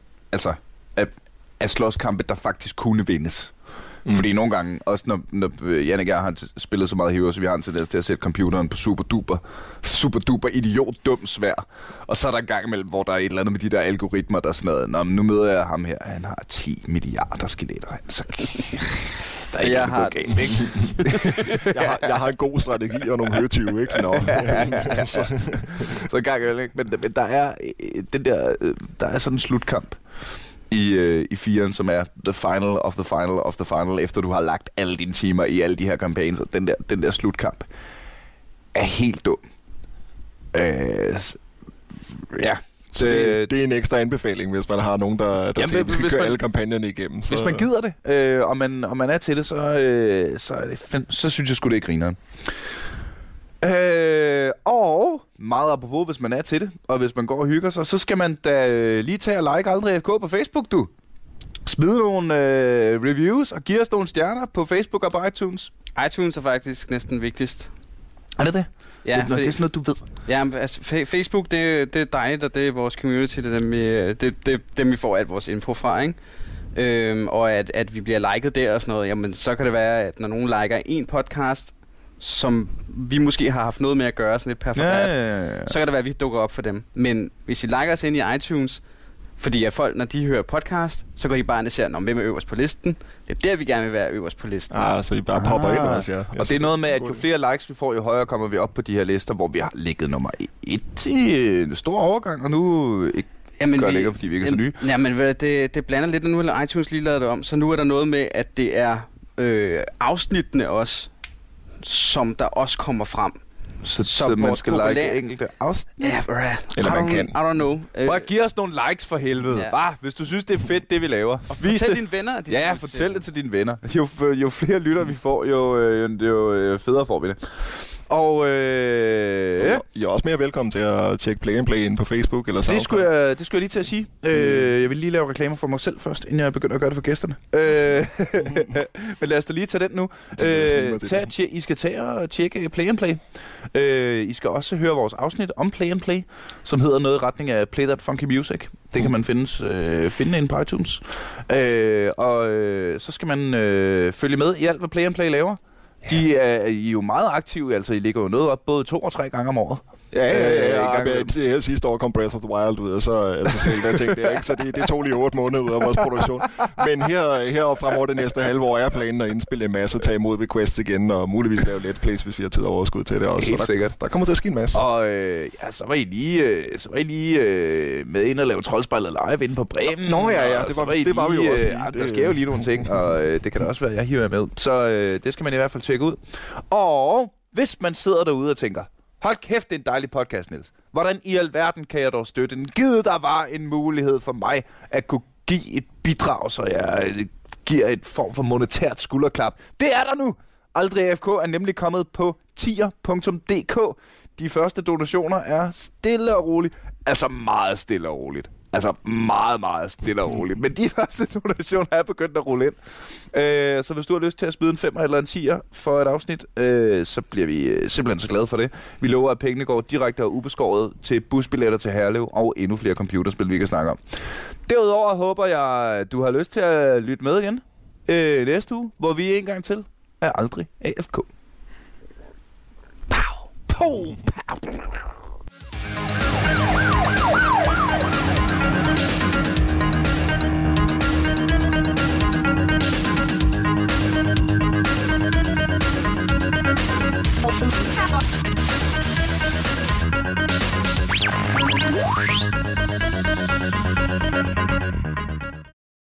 af slåskampe, der faktisk kunne vindes. Fordi nogle gange, også når Jan og jeg har spillet så meget Heroes, så vi har en tendens til at sætte computeren på super duper idiot dum svær. Og så er der en gang imellem, hvor der er et eller andet med de der algoritmer, der er sådan noget, nå, nu møder jeg ham her, han har 10 milliarder skeletter. Så der er ikke noget galt, ikke? jeg har en god strategi og nogle høtyve, ikke? Nå. Så en gang imellem, ikke? Men der er der er sådan en slutkamp i 4'eren, som er the final of the final of the final, efter du har lagt alle dine timer i alle de her campaigns, og den der slutkamp er helt dum. Det er en ekstra anbefaling, hvis man har nogen, der tænker, vi skal køre alle kampagnerne igennem. Så... Hvis man gider det, og man er til det, så synes jeg sgu det er grineren. Og meget apropos, hvis man er til det, og hvis man går og hygger sig, så skal man da lige tage og like Aldrig FK på Facebook, du. Smid nogle reviews og giv os nogle stjerner på Facebook og på iTunes. iTunes er faktisk næsten vigtigst. Er det det? Ja, det er sådan noget, du ved. Ja, altså Facebook, det er dig, og det er vores community, det er dem, vi får alt vores info fra, ikke? Og at vi bliver liket der og sådan noget, jamen så kan det være, at når nogen liker en podcast, som vi måske har haft noget med at gøre, sådan lidt perforeret, så kan det være, at vi dukker op for dem. Men hvis I liker os ind i iTunes, fordi at folk, når de hører podcast, så går de bare ind og siger, hvem er øverst på listen? Det er der, vi gerne vil være øverst på listen. Så I bare popper ind og siger. Og det er noget med, at jo flere likes vi får, jo højere kommer vi op på de her lister, hvor vi har ligget nummer 1 i en stor overgang, og nu ikke gør det ikke, fordi vi ikke er så nye. Jamen, det blander lidt, nu har iTunes lige lavet det om, så nu er der noget med, at det er afsnittene også, som der også kommer frem. Så man skal like enkelte afsnit? Ja, eller man kan. I don't know. Bare giv os nogle likes for helvede. Ja. Bare, hvis du synes, det er fedt, det vi laver. Og fortæl dine venner. Fortæl det til dine venner. Jo flere lytter vi får, jo federe får vi det. Og I er også mere velkommen til at tjekke Play and Play ind på Facebook eller sådan. det skulle jeg lige til at sige. Jeg vil lige lave reklamer for mig selv først, inden jeg begynder at gøre det for gæsterne. Men lad os da lige tage den nu. I skal tage og tjekke Play and Play. I skal også høre vores afsnit om Play and Play, som hedder noget i retning af Play That Funky Music. Det kan man finde inde på iTunes. Så skal man følge med i alt, hvad Play and Play laver. I er jo meget aktive, altså I ligger jo noget op både 2 og 3 gange om året. Ja, sidste år kom Breath of the Wild ud, og så selv der ting der, ikke? Så det tog lige 8 måneder ud af vores produktion. Men heroppe fremover det næste halve år er planen at indspille en masse, tage imod requests igen, og muligvis lave let's plays, hvis vi har tid og overskud til det også. Helt sikkert. Der kommer til at ske en masse. Og så var I lige med ind og lave Troldspejlet live inde på Bremen. Nå ja, det var vi jo også. Der sker jo lige nogle ting, og det kan da også være, at jeg hiver med. Så det skal man i hvert fald tjekke ud. Og hvis man sidder derude og tænker, hold kæft, det er en dejlig podcast, Niels. Hvordan i alverden kan jeg dog støtte den? Givet der var en mulighed for mig at kunne give et bidrag, så jeg giver et form for monetært skulderklap. Det er der nu! Aldrig AFK er nemlig kommet på tier.dk. De første donationer er stille og roligt. Altså meget stille og roligt. Altså meget, meget stille og roligt. Men de første donationer er begyndt at rulle ind. Så hvis du har lyst til at smide en 5'er eller en 10'er for et afsnit, så bliver vi simpelthen så glade for det. Vi lover, at pengene går direkte og ubeskåret til busbilletter til Herlev og endnu flere computerspil, vi kan snakke om. Derudover håber jeg, at du har lyst til at lytte med igen næste uge, hvor vi en gang til er aldrig AFK. Pow! Pow! Pow!